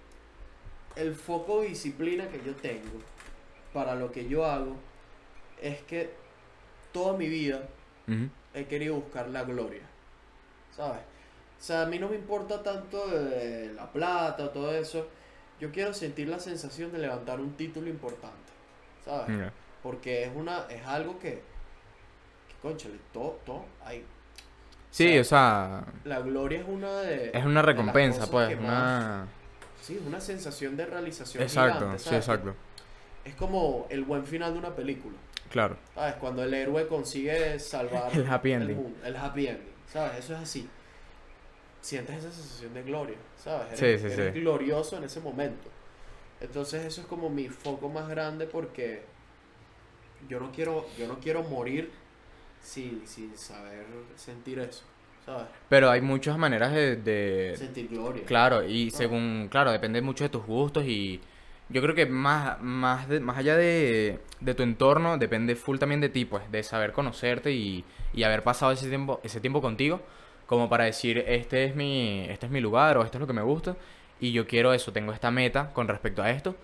el foco de disciplina que yo tengo para lo que yo hago es que toda mi vida Ujú. he querido buscar la gloria, ¿sabes? O sea, a mí no me importa tanto la plata o todo eso. Yo quiero sentir la sensación de levantar un título importante, ¿sabes? Mira. Porque es algo que cónchale, todo hay. Sí, o sea, La gloria es una es una de las recompensa, cosas pues, que una... sí, una sensación de realización Exacto, gigante, sí, ¿sabes? exacto. Es como el buen final de una película, Claro. ¿sabes? Cuando el héroe consigue salvar El happy el ending. mundo, el happy ending, ¿sabes? Eso es así. Sientes esa sensación de gloria, ¿sabes? Sí, sí, Eres sí. glorioso en ese momento. Entonces eso es como mi foco más grande porque yo no quiero morir sin saber sentir eso, ¿sabes? Pero hay muchas maneras Sentir gloria. Claro, y ¿no? según... Claro, depende mucho de tus gustos y... Yo creo que más allá de tu entorno, depende full también de ti, pues, de saber conocerte y haber pasado ese tiempo contigo, como para decir, este es mi lugar o esto es lo que me gusta, y yo quiero eso, tengo esta meta con respecto a esto,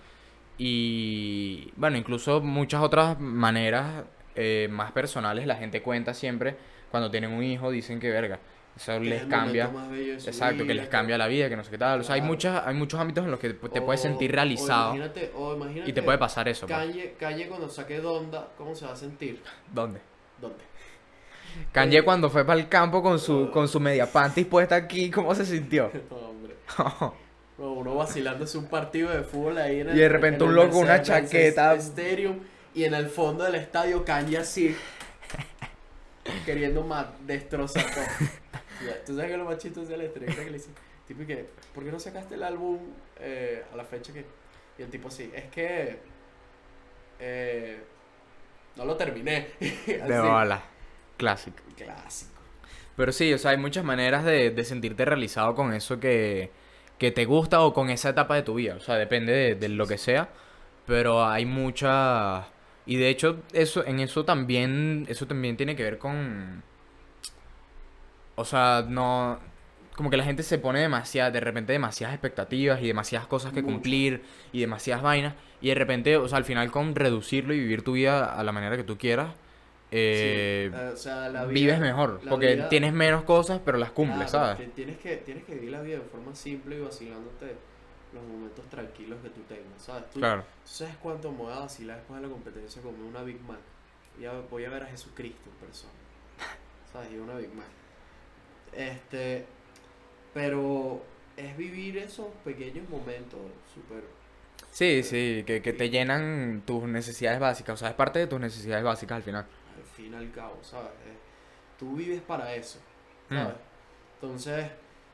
y bueno, incluso muchas otras maneras más personales, la gente cuenta siempre, cuando tienen un hijo, dicen que verga, eso Que es les el cambia. momento más bello de su Exacto, que vida, les cambia la vida, que no sé qué tal. O sea, claro. hay muchos ámbitos en los que te puedes sentir O realizado imagínate y te puede pasar eso, pues. Kanye cuando saque Donda, ¿cómo se va a sentir? ¿Dónde? ¿Dónde? Kanye Eh, cuando fue para el campo con su media panties puesta aquí, ¿cómo se sintió? No, hombre. No, uno vacilándose un partido de fútbol ahí Y de repente en un el loco con una Mercedes-Benz chaqueta. Stadium, y en el fondo del estadio Kanye así queriendo destrozar todo. Ya, tú sabes que lo más chistoso de la entrevista que le hice, tipo que, ¿por qué no sacaste el álbum a la fecha que? Y el tipo así, es que no lo terminé. De Así. bola. Clásico. Clásico. Pero sí, o sea, hay muchas maneras de sentirte realizado con eso que te gusta o con esa etapa de tu vida. O sea, depende de lo que sea. Pero hay muchas... Y de hecho, eso también tiene que ver con... O sea, no... Como que la gente se pone de repente demasiadas expectativas y demasiadas cosas que Mucho. cumplir y demasiadas vainas. Y de repente, o sea, al final con reducirlo y vivir tu vida a la manera que tú quieras, Sí, eh, o sea, la vida, vives mejor. la Porque vida, tienes menos cosas, pero las cumples, claro, ¿sabes? que tienes que vivir la vida de forma simple y vacilándote los momentos tranquilos que tú tengas, ¿sabes? ¿Tú Claro. sabes cuánto me voy a vacilar después de la competencia comer una Big Mac? Voy a ver a Jesucristo en persona, ¿sabes? Y una Big Mac. Pero es vivir esos pequeños momentos súper, Sí, súper sí, que te llenan tus necesidades básicas. O sea, es parte de tus necesidades básicas al final. al fin y al cabo, ¿sabes? Tú vives para eso, Mm, ¿sabes? Entonces,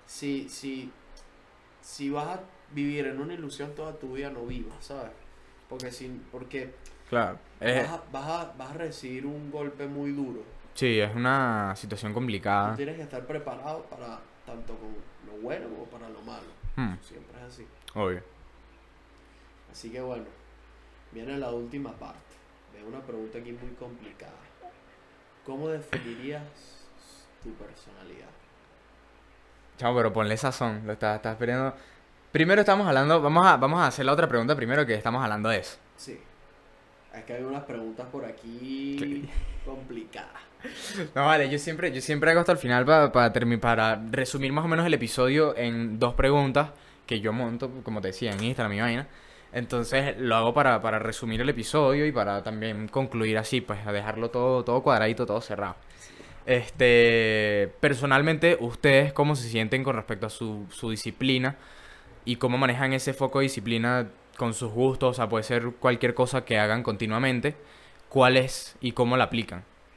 si vas a vivir en una ilusión toda tu vida, no vivas, ¿sabes? Porque claro. vas a recibir un golpe muy duro. Sí, es una situación Tú complicada. tienes que estar preparado para tanto con lo bueno como para lo malo. Mm, Siempre es así. obvio. Así que bueno, viene la última parte. Es una pregunta aquí muy complicada. ¿Cómo definirías tu personalidad? Chamo, pero ponle sazón. Estás esperando. Primero estamos hablando. Vamos a hacer la otra pregunta primero que estamos hablando de eso. Sí. Es que hay unas preguntas por aquí complicadas. No, vale, yo siempre hago hasta el final para resumir más o menos el episodio en dos preguntas que yo monto, como te decía, en Instagram y vaina. Entonces lo hago para resumir el episodio y para también concluir así, pues a dejarlo todo cuadradito, todo cerrado. Personalmente, ¿ustedes cómo se sienten con respecto a su disciplina y cómo manejan ese foco de disciplina con sus gustos? O sea, puede ser cualquier cosa que hagan continuamente. ¿Cuál es y cómo la aplican?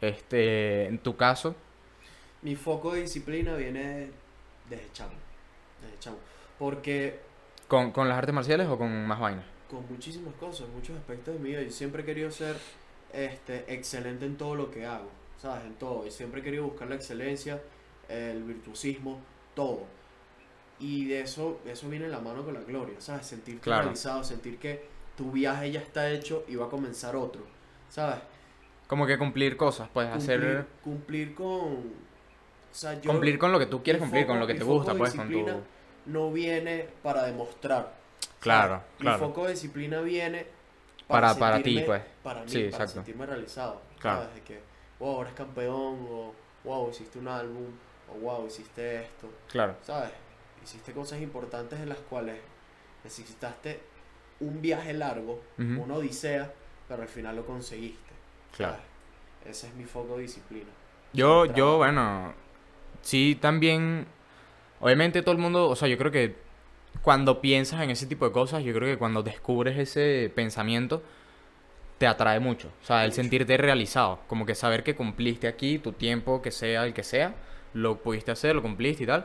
En tu caso, Mi foco de disciplina viene desde chamo, desde chamo. Porque ¿con las artes marciales o con más vainas? con muchísimas cosas, muchos aspectos de mi vida, yo siempre he querido ser excelente en todo lo que hago, ¿sabes? En todo. Y siempre he querido buscar la excelencia, el virtuosismo, todo. Y de eso viene la mano con la gloria, ¿sabes? Sentirte Claro. realizado, sentir que tu viaje ya está hecho y va a comenzar otro, ¿sabes? Como que cumplir cosas, pues hacer... Cumplir con... O sea, Cumplir con lo que tú quieres cumplir, con lo que mi te foco gusta, de pues, con tu... disciplina no viene para demostrar, ¿sabes? Claro, Mi claro. foco de disciplina viene Para ti, sentirme, pues. para mí, Sí, para exacto. sentirme realizado, Claro. ¿sabes? De que, wow, eres campeón, o wow, hiciste un álbum, o wow, hiciste esto, Claro. ¿sabes? Hiciste cosas importantes en las cuales necesitaste un viaje largo, Ujú. una odisea, pero al final lo conseguiste, Claro. ¿sabes? Ese es mi foco de disciplina. Yo, Trabajo. bueno, sí, también, obviamente todo el mundo, o sea, yo creo que cuando piensas en ese tipo de cosas, yo creo que cuando descubres ese pensamiento, te atrae mucho. O sea, el Mucho. sentirte realizado, como que saber que cumpliste aquí tu tiempo, que sea el que sea, lo pudiste hacer, lo cumpliste y tal.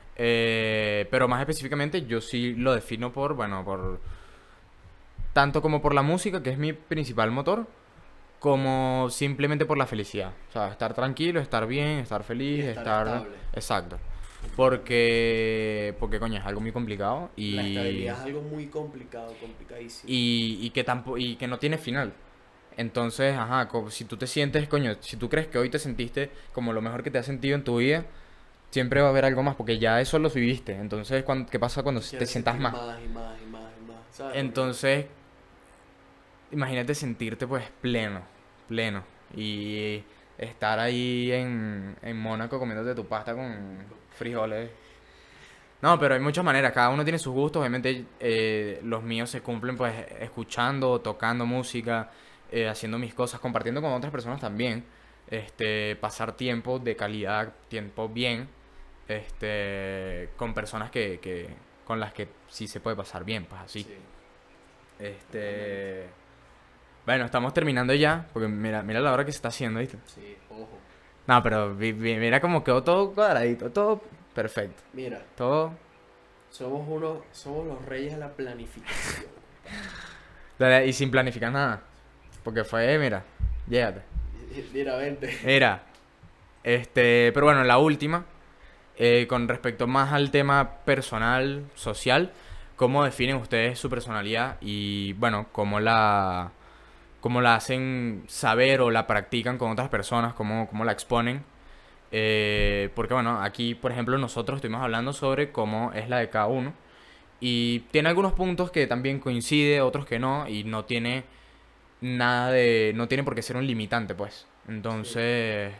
Pero más específicamente, yo sí lo defino por, bueno, por tanto como por la música, que es mi principal motor, como simplemente por la felicidad. O sea, estar tranquilo, estar bien, estar Y feliz, estar estar... estable. Exacto. Porque, coño, es algo muy complicado La estabilidad es algo muy complicado, complicadísimo. y que no tiene final. Entonces, ajá, si tú te sientes, coño, si tú crees que hoy te sentiste como lo mejor que te has sentido en tu vida, siempre va a haber algo más, porque ya eso lo viviste. Entonces, ¿qué pasa cuando te Quieres sientas sentir más? más y más y más y más, ¿sabes? Entonces, imagínate sentirte pues pleno. Y estar ahí en Mónaco comiéndote tu pasta con frijoles. No, pero hay muchas maneras, cada uno tiene sus gustos, obviamente los míos se cumplen pues escuchando, tocando música, haciendo mis cosas, compartiendo con otras personas también, pasar tiempo de calidad, tiempo bien, con personas con las que sí se puede pasar bien, pues así. Sí, Este, bueno, estamos terminando ya, porque mira la hora que se está haciendo, ¿viste? sí, ojo. No, pero mira como quedó todo cuadradito, todo perfecto, Mira, todo... somos los reyes de la planificación. Dale, y sin planificar nada. Porque fue, mira, llégate. Mira, vente. Mira, pero bueno, la última, con respecto más al tema personal, social, ¿cómo definen ustedes su personalidad y, bueno, cómo la hacen saber o la practican con otras personas, cómo la exponen? Porque, bueno, aquí, por ejemplo, nosotros estuvimos hablando sobre cómo es la de cada uno. Y tiene algunos puntos que también coincide, otros que no, y no tiene nada de... No tiene por qué ser un limitante, pues. Sí. Entonces...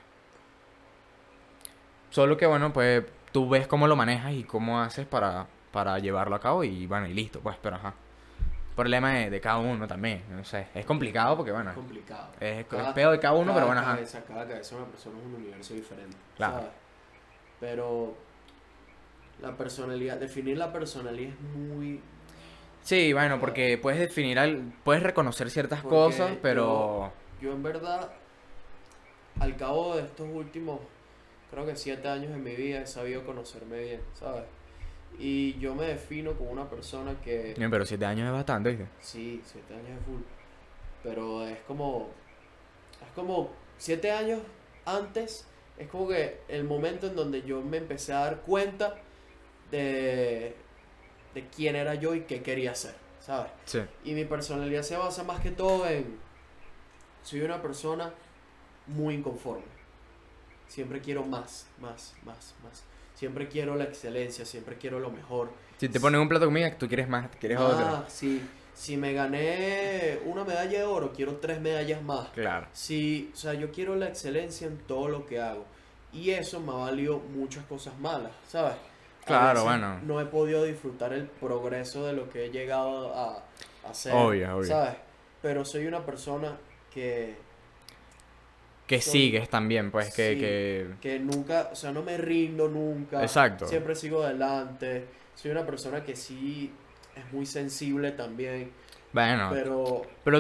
Solo que, bueno, pues tú ves cómo lo manejas y cómo haces para llevarlo a cabo y, bueno, y listo, pues, pero ajá. Problema de cada uno también, no sé. Es complicado porque, bueno, Complicado. es peor de cada uno, pero bueno, ajá. Cada cabeza de una persona es un universo diferente, Claro. ¿sabes? Pero la personalidad, definir la personalidad es muy... Sí, bueno, porque puedes definir, puedes reconocer ciertas Porque cosas, pero... yo en verdad, al cabo de estos últimos, creo que 7 años de mi vida, he sabido conocerme bien, ¿sabes? Y yo me defino como una persona que, Bien, pero 7 años es bastante, ¿viste? sí, 7 años es full, pero es como 7 años antes, es como que el momento en donde yo me empecé a dar cuenta de, de quién era yo y qué quería ser, ¿sabes? Sí. Y mi personalidad se basa más que todo en, soy una persona muy inconforme. Siempre quiero más, más, más, más. Siempre quiero la excelencia, siempre quiero lo mejor. Si te ponen un plato de comida, tú quieres más, quieres otro. Si me gané una medalla de oro, quiero 3 medallas más. Claro. Sí, o sea, yo quiero la excelencia en todo lo que hago. Y eso me ha valido muchas cosas malas, ¿sabes? A Claro, veces bueno. no he podido disfrutar el progreso de lo que he llegado a hacer, Obvio. ¿sabes? Pero soy una persona que Que soy, sigues también, pues, sí, que nunca, o sea, no me rindo nunca, Exacto. siempre sigo adelante. Soy una persona que sí es muy sensible también, Bueno, pero pero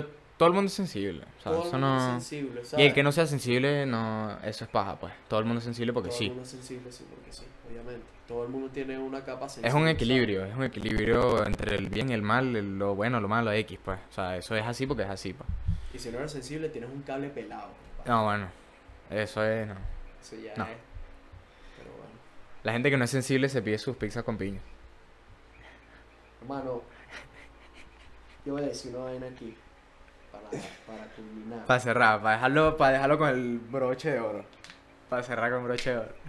todo el mundo es sensible. O sea, Todo el eso mundo no... es sensible, Y ¿sabes? el que no sea sensible, no, eso es paja, pues. Todo el mundo es sensible porque Todo sí. el mundo es sensible, sí, porque sí, obviamente. Todo el mundo tiene una capa sensible. Es un ¿sabes? equilibrio entre el bien y el mal, lo bueno, lo malo, X, pues. O sea, eso es así porque es así, pues. Y si no eres sensible, tienes un cable pelado. Compadre. No, bueno, eso es, no. Eso ya No. es. Pero bueno. La gente que no es sensible se pide sus pizzas con piña. Hermano, yo voy a decir una vaina aquí. Para culminar. Para cerrar, para dejarlo con el broche de oro. Para cerrar con broche de oro.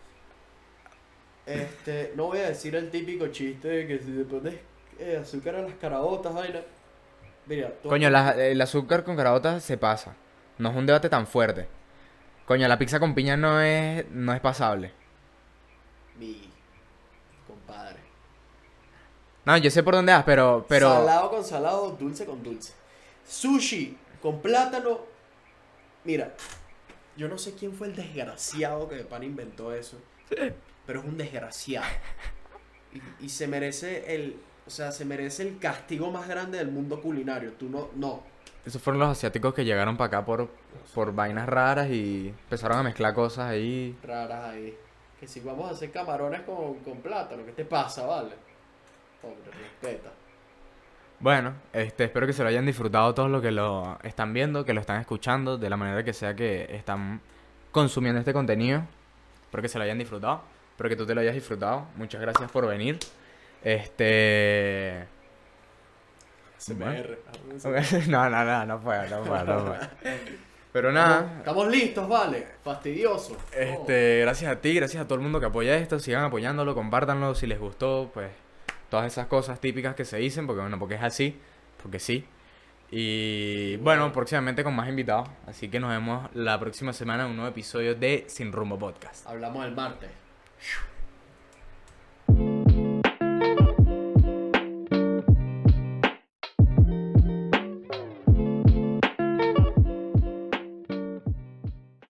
No voy a decir el típico chiste de que si te pones azúcar a las carabotas, vaina. Mira, todo- Coño, el azúcar con caraotas se pasa. No es un debate tan fuerte. Coño, la pizza con piña no es pasable. Mi compadre. No, yo sé por dónde vas, pero... Salado con salado, dulce con dulce. Sushi con plátano. Mira, yo no sé quién fue el desgraciado que de pan inventó eso. Pero es un desgraciado. Y se merece se merece el castigo más grande del mundo culinario. Tú no. Esos fueron los asiáticos que llegaron para acá por vainas raras y empezaron a mezclar cosas ahí. Raras ahí. Que si vamos a hacer camarones con plátano, ¿qué te pasa, vale? Hombre, respeta. Bueno, espero que se lo hayan disfrutado todos los que lo están viendo, que lo están escuchando, de la manera que sea que están consumiendo este contenido. Espero que se lo hayan disfrutado, espero que tú te lo hayas disfrutado. Muchas gracias por venir. CMR. No puedo. Pero nada, Estamos listos, vale. Fastidioso. gracias a ti, gracias a todo el mundo que apoya esto, sigan apoyándolo, compártanlo si les gustó, pues todas esas cosas típicas que se dicen, porque es así, porque sí. Y bueno, próximamente con más invitados, así que nos vemos la próxima semana en un nuevo episodio de Sin Rumbo Podcast. Hablamos el martes.